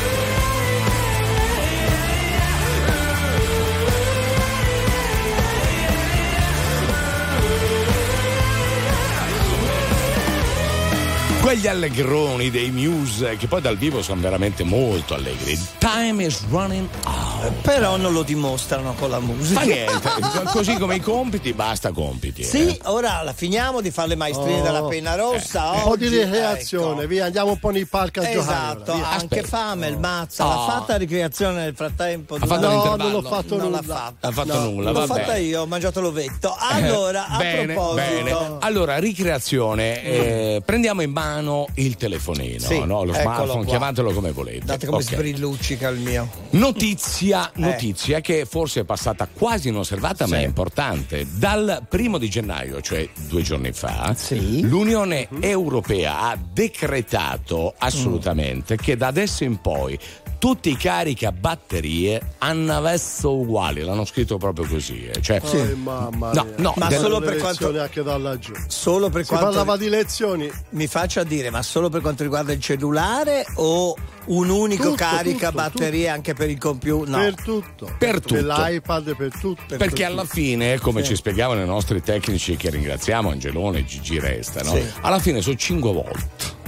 Quegli allegroni dei Muse che poi dal vivo sono veramente molto allegri. Time is running out. Però non lo dimostrano con la musica. Ma niente, così come i compiti, basta compiti. Sì, eh. ora la finiamo di fare le maestrine Oh. della penna rossa. Un po' di oggi, ricreazione, ecco. via, andiamo un po' nei parchi a giocare. Esatto, ora, via. anche Aspetta. Fame, il Mazza, Oh. l'ha fatta ricreazione nel frattempo? Ha fatto No, l'intervallo? non l'ho fatto non nulla. l'ha fatta. Ha fatto No, nulla, l'ho va fatta bene. io, ho mangiato l'ovetto. Allora, a bene, proposito, bene. Allora, ricreazione, eh, prendiamo in mano il telefonino, Sì, no? Lo eccolo smartphone, qua. chiamatelo come volete. date come Ok. sbrilluccica il mio. Notizia, Eh. notizia che forse è passata quasi inosservata, ma è importante. Dal primo di gennaio, cioè due giorni fa, l'Unione Europea ha decretato assolutamente che da adesso in poi tutti i caricabatterie hanno verso uguali, l'hanno scritto proprio così. eh. Cioè, Sì. Oh, mamma no, mia. no, Ma del- solo Le per quanto lezioni anche da laggiù. solo per Si quanto parlava di lezioni. mi faccia dire, ma solo per quanto riguarda il cellulare o un unico Tutto, carica tutto, batterie anche per il computer? No. Per tutto. Per tutto. Per l'iPad, per tutto. Perché alla fine, come Sì. ci spiegavano i nostri tecnici che ringraziamo, Angelone e Gigi Resta, no? Sì. Alla fine sono cinque volte.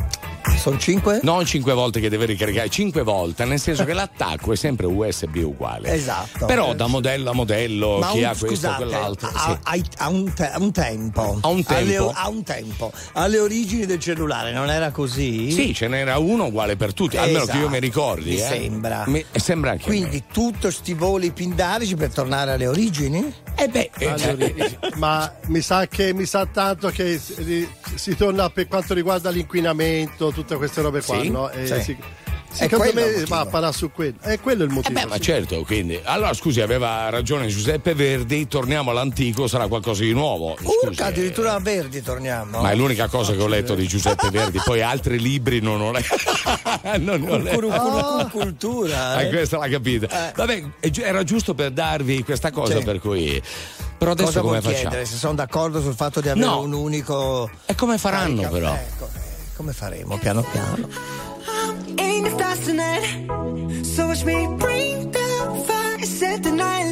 Sono cinque? Non cinque volte che deve ricaricare, cinque volte, nel senso che l'attacco è sempre U S B uguale. Esatto. Però da modello a modello, Ma chi un, ha questo scusate, o quell'altro. Ha, sì. ha, ha un, te- un tempo. Ha un tempo? Alle, ha un tempo. Alle origini del cellulare non era così? Sì, ce n'era uno uguale per tutti, Esatto. almeno che io mi ricordi. Mi eh. sembra. Mi sembra anche Quindi tutto sti voli pindarici per tornare alle origini? Eh beh, eh, ma mi sa che mi sa tanto che si, si torna per quanto riguarda l'inquinamento, tutte queste robe qua, Sì? no? E Sì. si, È secondo quello il me motivo. va a parare su quello. È quello il Eh motivo. beh, ma sì. certo, quindi. Allora, scusi, aveva ragione Giuseppe Verdi, torniamo all'antico, sarà qualcosa di nuovo. Scusi, Urca, addirittura a Verdi torniamo. ma è l'unica cosa che ho letto di Giuseppe Verdi, poi altri libri non ho letto. non ne ho letto. Cultura, cultura. Ah, eh. questa l'ha capita. Vabbè, era giusto per darvi questa cosa, Sì. per cui. Però adesso Cosa come vuoi facciamo? chiedere? Se sono d'accordo sul fatto di avere No. un unico. E come faranno, Carica- però? Ecco, eh, come faremo piano piano? Ain't it fascinating? So watch me bring the fire, set the night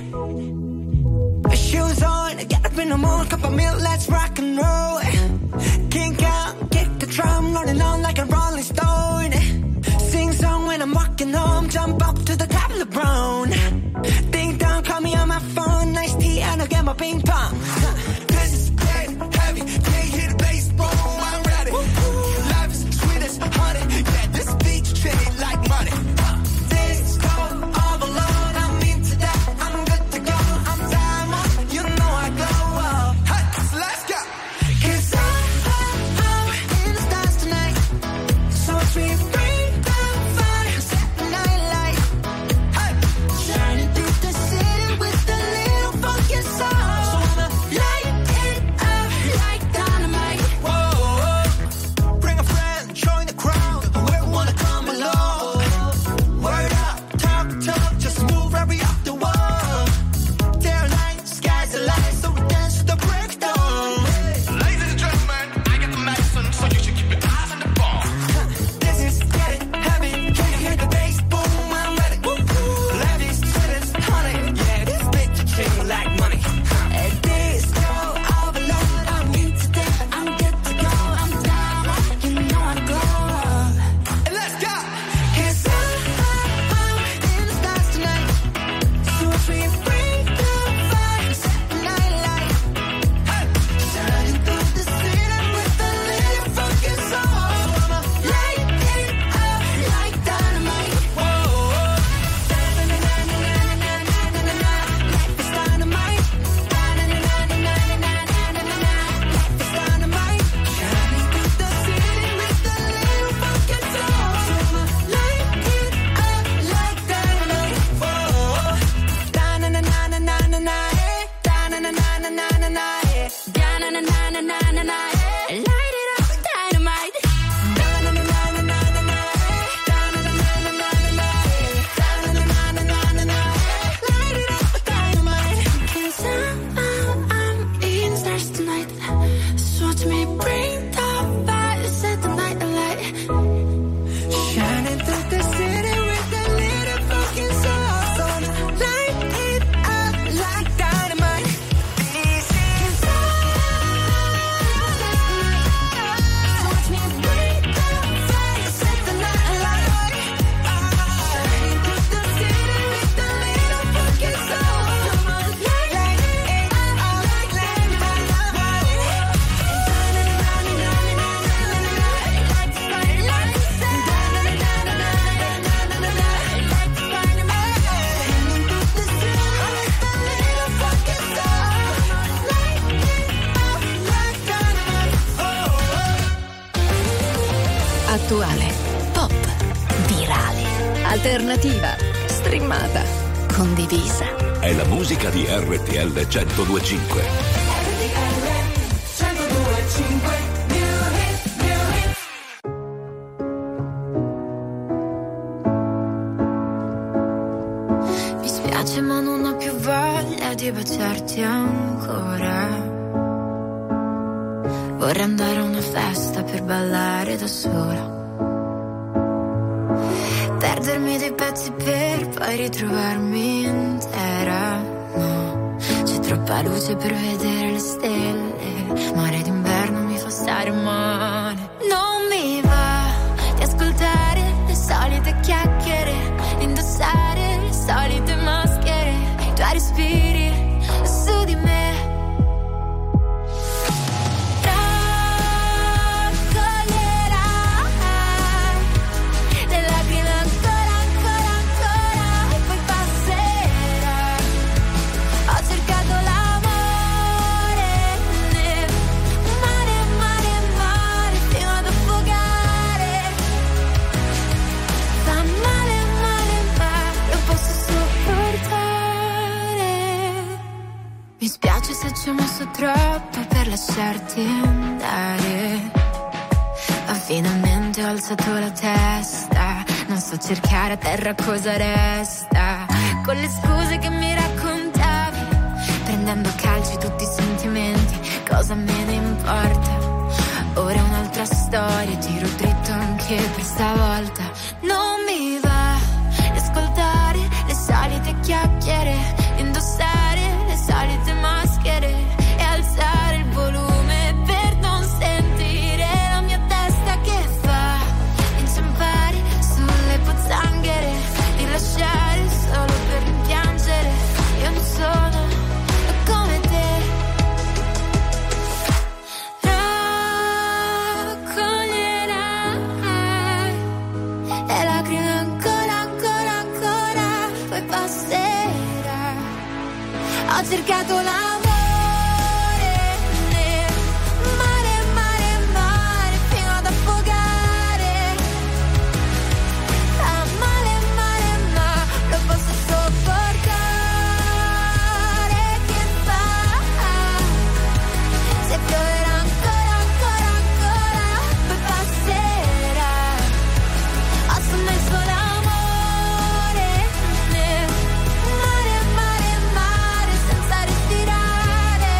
light. Shoes on, get up in the morning, cup of milk, let's rock and roll. Kink out, kick the drum, rolling on like a rolling stone. Sing song when I'm walking home, jump up to the top of the brown. Ding dong, call me on my phone, nice tea, and I'll get my ping pong. This is getting heavy, can't hear the bass, boom, I'm ready. Life is sweet as honey, yeah, this beach treated like money. This go all alone, I'm into that, I'm good to go, I'm diamond, you know I glow up. Hey, so let's go. 'Cause I, I, I'm in the stars tonight, so we bring the fire, set the night light. Hey, shining through the city with a little funky soul. So I'ma light it up like dynamite. Whoa, bring a friend, join the crowd, whoever wanna come along. Word up, talk, talk, just move right up the wall. Day or night, sky's the light, so we dance to the break of dawn. Ladies and gentlemen, I got the medicine, so you should keep your eyes on the ball. This is getting heavy, can you hear the bass? Boom, I'm ready. Life is sweet as honey, yeah, this bitch is treated like money. At this go all alone, I'm into that, I'm good to go, I'm down, you know I glow. And let's go. 'Cause I, I'm in the stars tonight, so we bring the fire, set the night light. Hey, shining through the city with a little funky soul. So I'ma light it up like dynamite. Whoa, da-na-na-na-na-na-na-na-na-na. Life is dynamite. Da-na-na-na-na-na-na-na-na-na. Life is dynamite. Shining through the city with a little funky soul. So I'ma light it up like dynamite. Whoa, da-na-na-na-na-na-na-na. Da-na-na-na-na-na-na. Da-na-na-na-na-na-na. Light it up like dynamite. Da-na-na-na-na-na-na. Da-na-na-na-na-na-na. Da-na-na-na-na-na-na. Light it up like dynamite. 'Cause I'm, I'm, I'm in the stars tonight. So watch me bring the fire, set the night alight. Shining through the city with a little fucking soul. So light it up like dynamite. This is so watch me bring the fire, set the night alight. Shining through the city with a little fucking soul. So light it up like dynamite. Attuale, pop, virale, alternativa, streamata, condivisa. È la musica di R T L centodue e cinque. Mi spiace ma non ho più voglia di baciarti ancora. Vorrei andare a una festa per ballare da sola. Perdermi dei pezzi per poi ritrovarmi intera. No, c'è troppa luce per vedere le stelle. Mare d'inverno mi fa stare male. Non mi va lasciarti andare. Ma finalmente ho alzato la testa, non so cercare a terra cosa resta. Con le scuse che mi raccontavi, prendendo a calci tutti i sentimenti, cosa me ne importa? Ora è un'altra storia, tiro dritto anche per stavolta. Non mi va di ascoltare le solite chiacchiere, indossare le solite maschere e alzare il volume per non sentire la mia testa che fa inciampare sulle pozzanghere, di lasciare solo per rimpiangere. Io non sono come te. Raccoglierai le lacrime ancora, ancora, ancora, poi passerà. Ho cercato l'amore nel mare, mare, mare, fino ad affogare. Ah, male, male, ma lo posso sopportare. Che fa? Se pioverà ancora, ancora, ancora, poi passerà. Ho sommesso l'amore nel mare, mare, mare, senza respirare.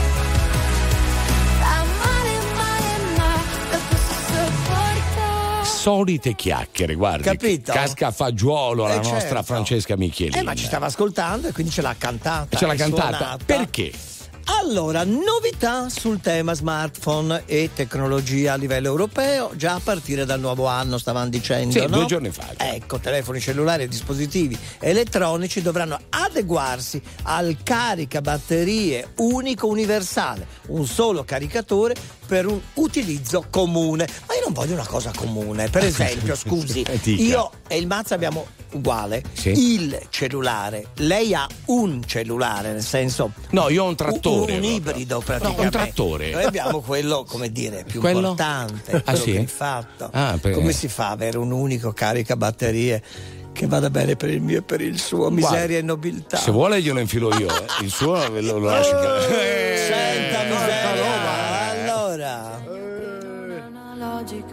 Fa male, male, ma lo posso sopportare. Solite chiacchiere, guardi. Capito? Casca a fagiolo la Eh, nostra certo. Francesca Michelin. Eh, ma ci stava ascoltando e quindi ce l'ha cantata. Ce l'ha e cantata. suonata. Perché? Allora, novità sul tema smartphone e tecnologia a livello europeo già a partire dal nuovo anno, stavano dicendo, Sì, no? due giorni fa. Ecco, telefoni cellulari e dispositivi elettronici dovranno adeguarsi al caricabatterie unico universale, un solo caricatore per un utilizzo comune. Ma io non voglio una cosa comune. Per esempio, scusi, Dica. io e il Mazza abbiamo uguale Sì. il cellulare. Lei ha un cellulare, nel senso No, io ho un trattore. un, un proprio. ibrido No, praticamente. un trattore. Noi abbiamo quello, come dire, più Quello? importante, Ah, quello sì? che hai fatto. Ah, per- Come si fa ad avere un unico caricabatterie che vada bene per il mio e per il suo? Guarda, Miseria e nobiltà. Se vuole glielo infilo io, eh. Il suo ve lo, lo lascio. Eh, Senta, miseria. Allora, Una logica.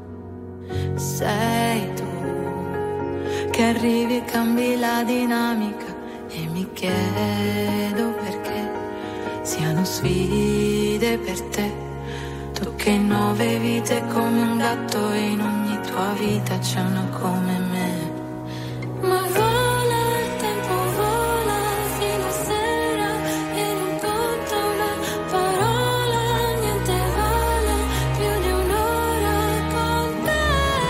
Sei tu che arrivi e cambi la dinamica e mi chiedo perché siano sfide per te. Tu che in nove vite come un gatto e in ogni tua vita c'è una come me. Ma vola il tempo, vola fino a sera e non conta una parola, niente vale più di un'ora con te.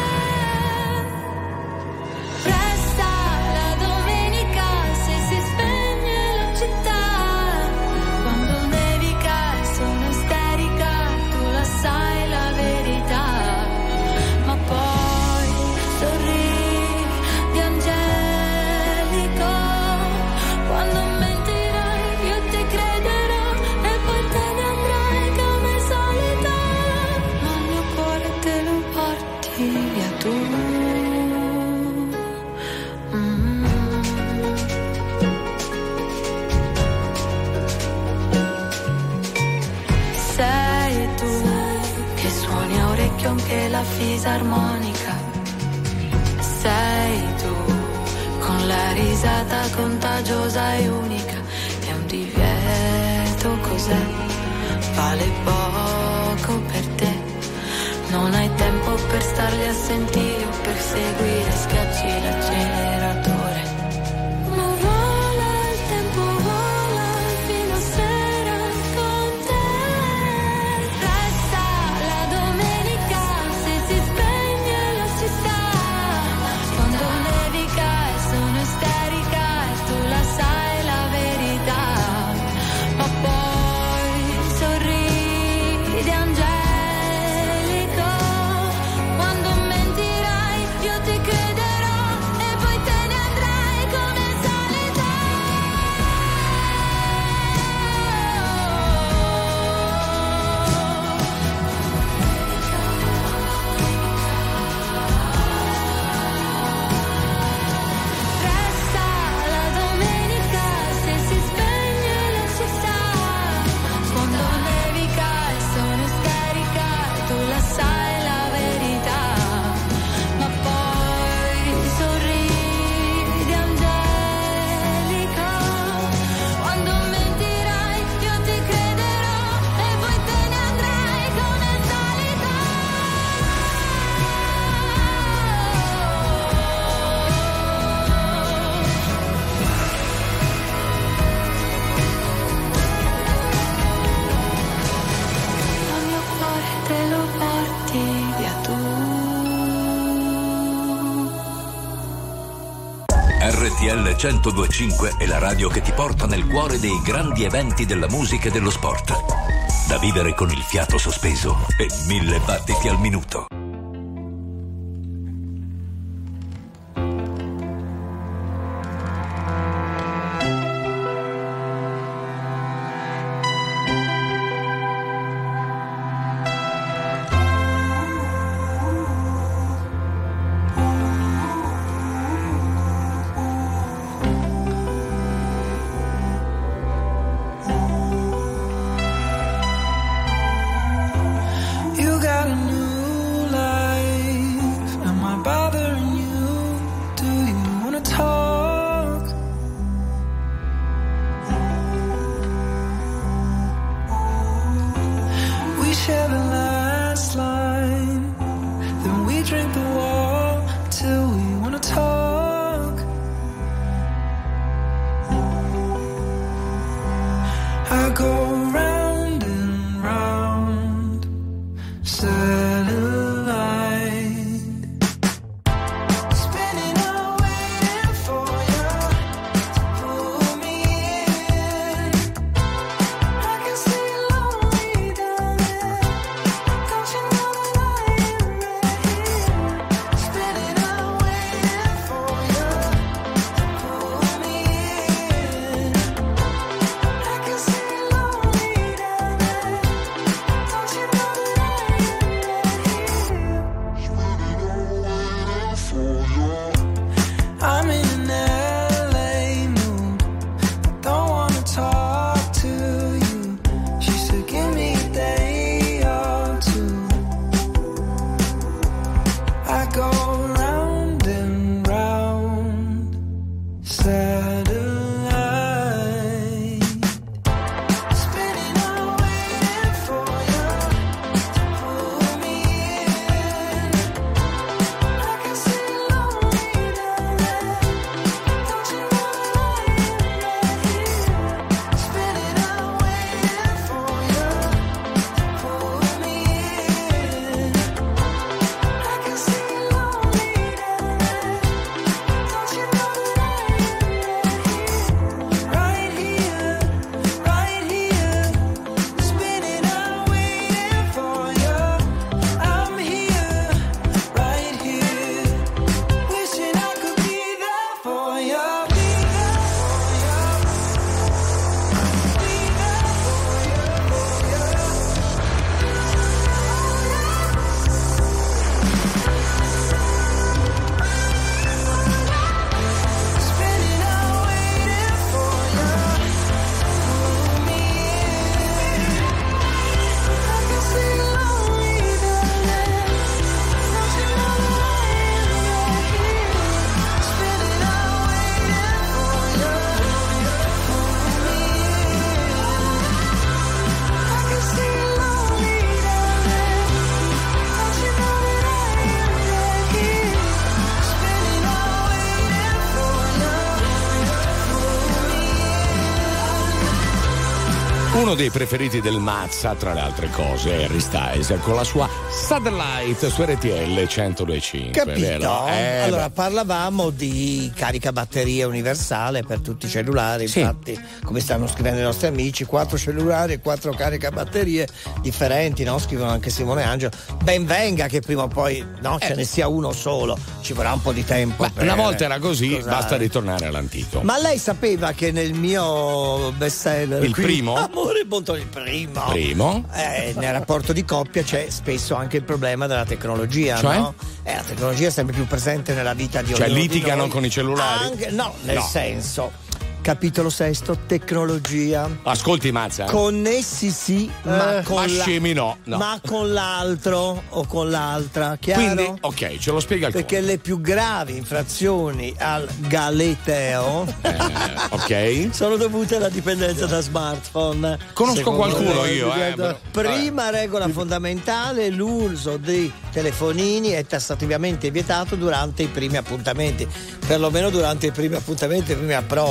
Resta la domenica se si spegne la città, quando nevica e sono isterica, tu la sai la verità, ma poi sorridi di angelico, quando mentirai io ti crederò e poi te ne andrai come solita, ma il mio cuore te lo porti via tu. Mm. Sei tu che suoni a orecchio anche la fisarmonica. Sei tu con la risata contagiosa e unica. È un divieto, cos'è? Vale poco per te. Non hai tempo per starli a sentire o per seguire, schiacci l'acceleratore. Ma vola il tempo, vola fino a sera con te. Resta la domenica se si spegne la città, quando nevica e sono isterica e tu la sai la verità, ma poi sorridi angelico, quando mentirai R T L centodue e cinque è la radio che ti porta nel cuore dei grandi eventi della musica e dello sport. Da vivere con il fiato sospeso e mille battiti al minuto. You got a new life. Am I bothering you? Do you wanna talk? We share the last line, then we drink the wall till we wanna talk. I go round and round, satellite, spinning out waiting for you to pull me in. I can see lonely down there, don't you know that I am right here? Spinning out waiting for you to pull me in. I can see lonely down there, don't you know that I I'm in an L A mood, don't wanna talk to you. She said give me a day or two. I go round and round, satellite, spinning out waiting for you to pull me in. I can see lonely down there, don't you know that I am right here? Spinning out waiting for you to pull me in. I can see lonely down there, don't you know that I am right here? Right here, right here, spinning out waiting for you. I'm here, right here, wishing I could be there for you. Be there spinning out waiting for you. Pull me in. I can see lonely down there, don't you know that I am right here? Spinning out waiting for you. Pull me in. I can see lonely down there, don't you know that I am right here? Spinning out waiting for you. Uno dei preferiti del Mazza, tra le altre cose, è Harry Styles con la sua Satellite su R T L centodue e cinque. Capito? Vero? Eh, allora beh. parlavamo di caricabatterie universale per tutti i cellulari, Sì. infatti come stanno scrivendo i nostri amici, quattro cellulari e quattro caricabatterie differenti, no? Scrivono anche Simone e Angelo. Ben venga che prima o poi no, ce Eh. ne sia uno solo, ci vorrà un po' di tempo. Ma per una volta era così, scusare. basta ritornare all'antico. Ma lei sapeva che nel mio bestseller Il qui, primo? Amore e bontà, il primo Primo? eh, nel rapporto di coppia c'è spesso anche il problema della tecnologia, Cioè? no? Eh, la tecnologia è sempre più presente nella vita di Cioè ognuno di litigano noi. con i cellulari? Anche- no, nel No. senso, capitolo sesto, tecnologia. Ascolti Mazza. Connessi sì, ma Eh, con ma la- scemi no, no. ma con l'altro o con l'altra, chiaro? Quindi, ok, ce lo spiega il Perché le più gravi infrazioni al galeteo Eh, ok. sono dovute alla dipendenza da smartphone. Conosco Secondo qualcuno me. io, eh, però- Prima regola fondamentale, l'uso dei telefonini è tassativamente vietato durante i primi appuntamenti, perlomeno durante i primi appuntamenti, i primi approcci, Mm.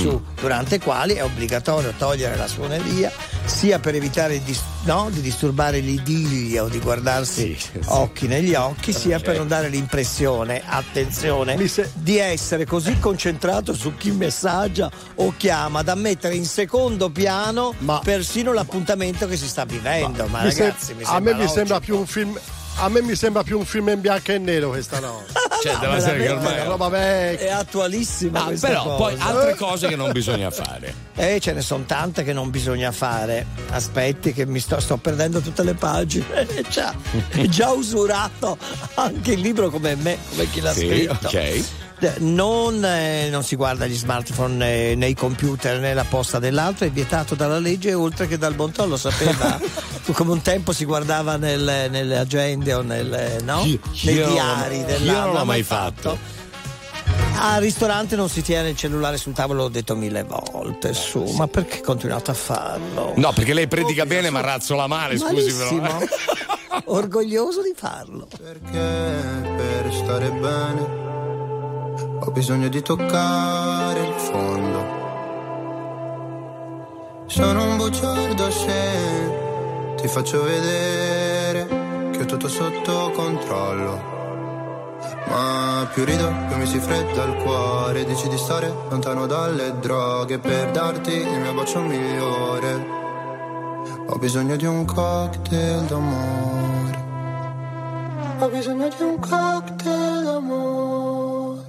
su, durante i quali è obbligatorio togliere la suoneria, sia per evitare di, no, di disturbare l'idillio, di guardarsi sì, sì. occhi negli occhi, sia okay. per non dare l'impressione, attenzione, se... di essere così concentrato su chi messaggia o chiama da mettere in secondo piano ma... persino l'appuntamento che si sta vivendo. Ma, ma ragazzi, se... mi a me mi logico. sembra più un film. A me mi sembra più un film in bianco e nero questa no. Cioè, deve essere che ormai è roba vecchia. È attualissima. Ah, però cosa. Poi altre cose che non bisogna fare. Eh, ce ne sono tante che non bisogna fare. Aspetti che mi sto, sto perdendo tutte le pagine. È già, è già usurato anche il libro come me, come chi l'ha sì, scritto. Ok. Non, eh, non si guarda gli smartphone eh, nei computer né la posta dell'altro, è vietato dalla legge oltre che dal bon ton, lo sapeva. Come un tempo si guardava nel, nelle agende o nel, no? io, nei io diari non, dell'anno. io non l'ho mai fatto. fatto. Al ristorante non si tiene il cellulare sul tavolo, l'ho detto mille volte, su, ma perché continuate a farlo? No, perché lei predica oh, bene ma razzola male, scusi però. Orgoglioso di farlo. Perché per stare bene ho bisogno di toccare il fondo. Sono un bugiardo se ti faccio vedere che ho tutto sotto controllo. Ma più rido, più mi si fredda il cuore. Dici di stare lontano dalle droghe per darti il mio bacio migliore. Ho bisogno di un cocktail d'amore. Ho bisogno di un cocktail d'amore.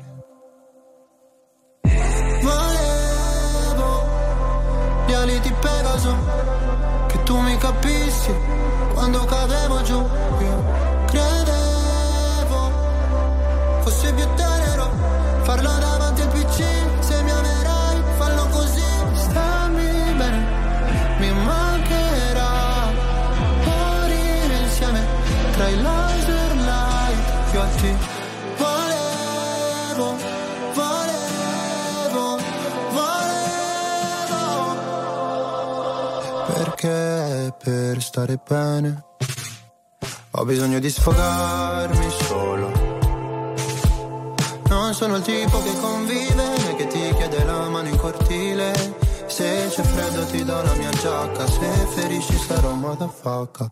Volevo gli ali di Pegaso, che tu mi capissi quando cadevo giù. Io credevo fosse più tenero farlo davanti al P C. Se mi amerai fallo così, stammi bene, mi mancherà morire insieme tra i laser light più alti. Volevo, volevo, volevo, perché per stare bene ho bisogno di sfogarmi solo. Non sono il tipo che convive né che ti chiede la mano in cortile. Se c'è freddo ti do la mia giacca, se ferisci sarò motherfucker.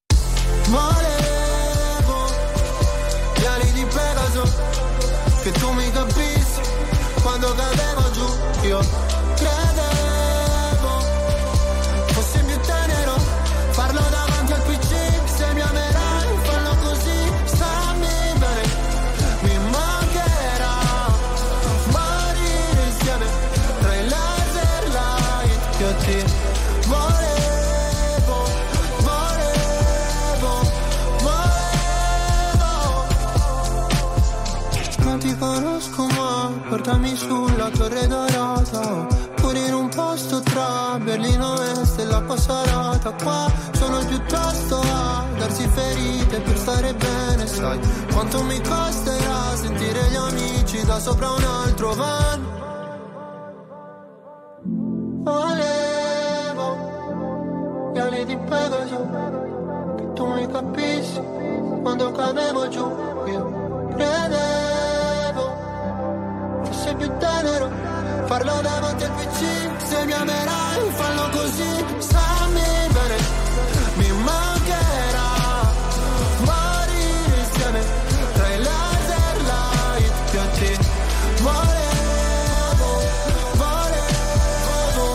Volevo gli ali di Pegaso, che tu mi capissi quando cadevo giù. Io credevo fosse più tenero farlo davanti al P C. Se mi amerai fallo così, stammi bene, mi mancherà morire insieme tra i laser light. Io ti volevo, volevo, volevo. Non ti conosco ma portami sulla Torre Dorata, pure in un posto tra Berlino Est e la Passarata. Qua sono piuttosto a darsi ferite per stare bene. Sai quanto mi costerà sentire gli amici da sopra un altro van. Volevo gli ali di Pegaso, che tu mi capissi quando cadevo giù. Io credevo fosse più tenero farlo davanti al P C. Se mi amerai fallo così, stammi bene, mi mancherà morire insieme tra i laser light più alti. Volevo, volevo,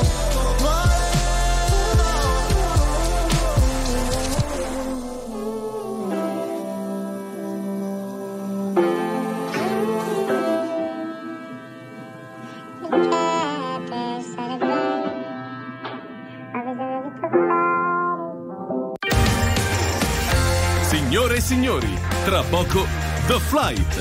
Signore e signori, tra poco The Flight.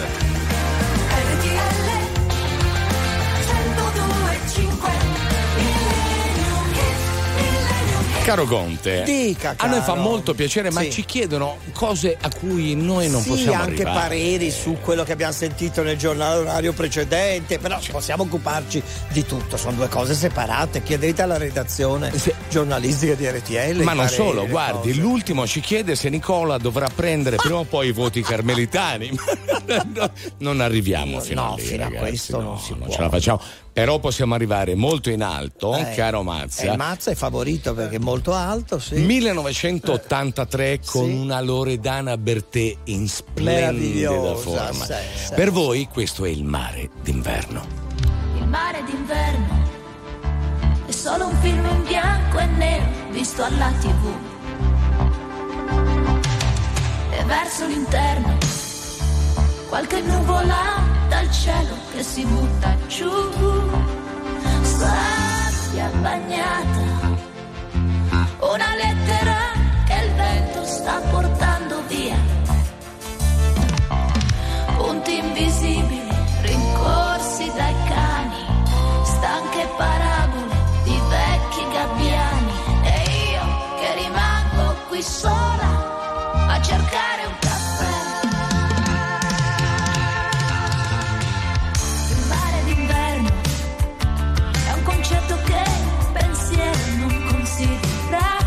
Caro Conte, Dica, a noi fa caro. molto piacere, ma Sì. ci chiedono cose a cui noi non sì, possiamo anche arrivare. pareri su quello che abbiamo sentito nel giornale orario precedente, però possiamo occuparci di tutto, sono due cose separate. Chiedete alla redazione giornalistica di R T L. Ma i non pareri, solo, le guardi, cose. l'ultimo ci chiede se Nicola dovrà prendere prima o poi i voti carmelitani. No, non arriviamo fino no, a lì, fino a ragazzi, questo no, non si non può. ce la facciamo. Però possiamo arrivare molto in alto, Eh, caro Mazza. eh, Mazza è favorito perché è molto alto, sì. millenovecentottantatré con Sì. una Loredana Bertè in splendida Meravigliosa, forma. sì, sì. Per voi questo è il mare d'inverno. Il mare d'inverno è solo un film in bianco e nero visto alla tivù. E verso l'interno qualche nuvola dal cielo che si butta giù. Sabbia bagnata, una lettera che il vento sta portando via. Punti invisibili rincorsi dai cani, stanche parabole di vecchi gabbiani. E io che rimango qui sola a cercare un caffè. Il mare d'inverno è un concetto che il pensiero non considera.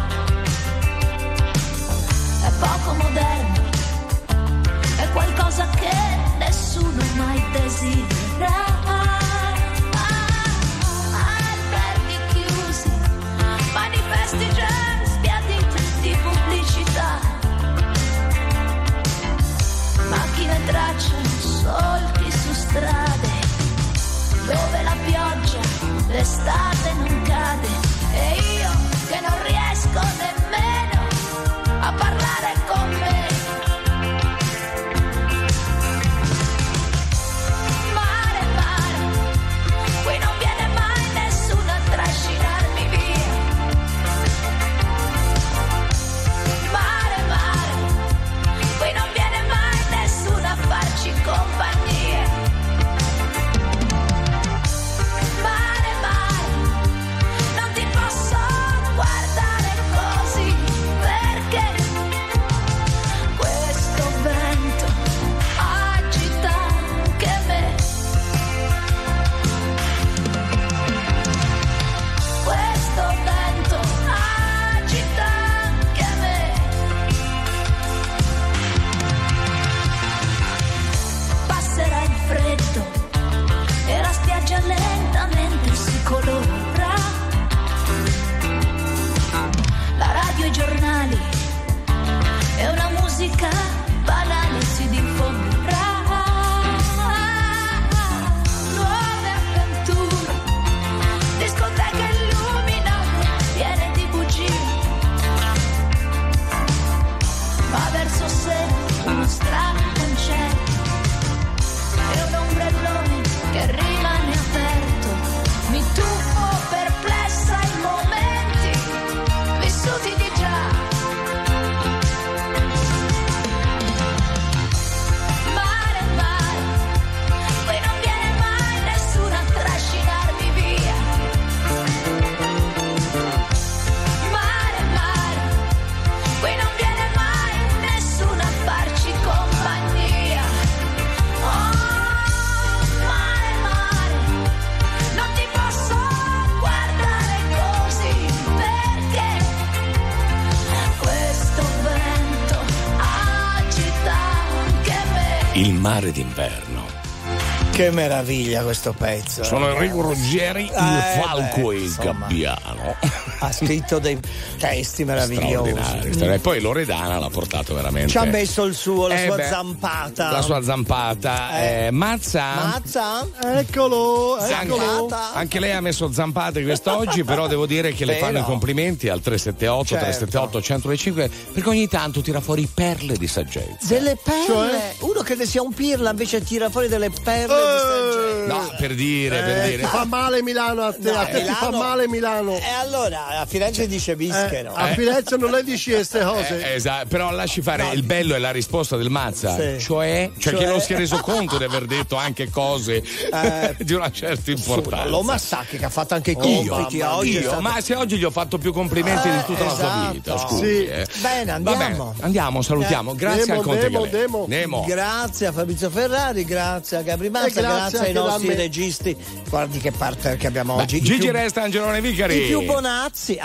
È poco moderno, è qualcosa che nessuno mai desidera. Alberghi chiusi, manifesti già sbiaditi di pubblicità, macchine tracciano solchi su strade dove la pioggia l'estate non cade. E io che non riesco nemmeno a parlare con me. Mare, mare, qui non viene mai nessuno a trascinarmi via. Mare, mare, qui non viene mai nessuno a farci compagnia. Mare, mare, non ti posso guardare così, perché questo vento agita anche me. Questo vento agita anche me. Passerà il freddo e la spiaggia lentamente si colora. La radio e i giornali e una musica banale si diffonderà. Nuove avventure, discoteche illuminate piene di bugie. Ma verso sé uno strano concerto e un ombrellone che rimane aperto. Mi tuffo perplessa ai momenti vissuti di già. Mare, mare, qui non viene mai nessuno a trascinarmi via. Mare, mare, qui non viene mai nessuno a farci compagnia. Oh, mare, mare, non ti posso guardare così, perché questo vento agita anche me. Il mare d'inverno. Che meraviglia questo pezzo. Sono Enrico Ruggeri, il Eh, falco beh, e il insomma. gabbiano. Ha scritto dei testi meravigliosi. Straordinario. E poi Loredana l'ha portato veramente. Ci ha messo il suo, la Eh sua beh, zampata. La sua zampata. Eh. Eh, Mazza. Mazza? Eccolo, Anche, eccolo. anche lei ha messo zampate quest'oggi, però devo dire che le Vero. fanno i complimenti al tre sette otto Certo. tre sette otto uno zero due cinque, perché ogni tanto tira fuori perle di saggezza. Delle perle. Cioè? Uno che ne sia un pirla invece tira fuori delle perle di saggezza. No, per dire, per Eh, dire. ti fa male Milano a te, No, a te ti Milano- fa male Milano. E allora a Firenze dice Bischero. A Firenze non le dici queste cose. Eh, esatto, però lasci fare, No. il bello è la risposta del Mazza, Sì. cioè, cioè, Cioè? che non si è reso conto di aver detto anche cose Eh, di una certa importanza. Lo Massacchi che ha fatto anche i Oh, compiti mamma oggi. mia. è stato- Ma se oggi gli ho fatto più complimenti Eh, di tutta la sua esatto. vita, scusi. Sì. eh. Bene, Va andiamo. andiamo, salutiamo. Eh. Grazie Nemo, al Conte Nemo, Galè. Nemo. Nemo. Grazie a Fabrizio Ferrari, grazie a Gabri Massa, E grazie grazie ai anche da nostri me. registi. Guardi che partner che abbiamo Beh, oggi. I Gigi più- Resta, Angelone Vicari. I più bonazzi.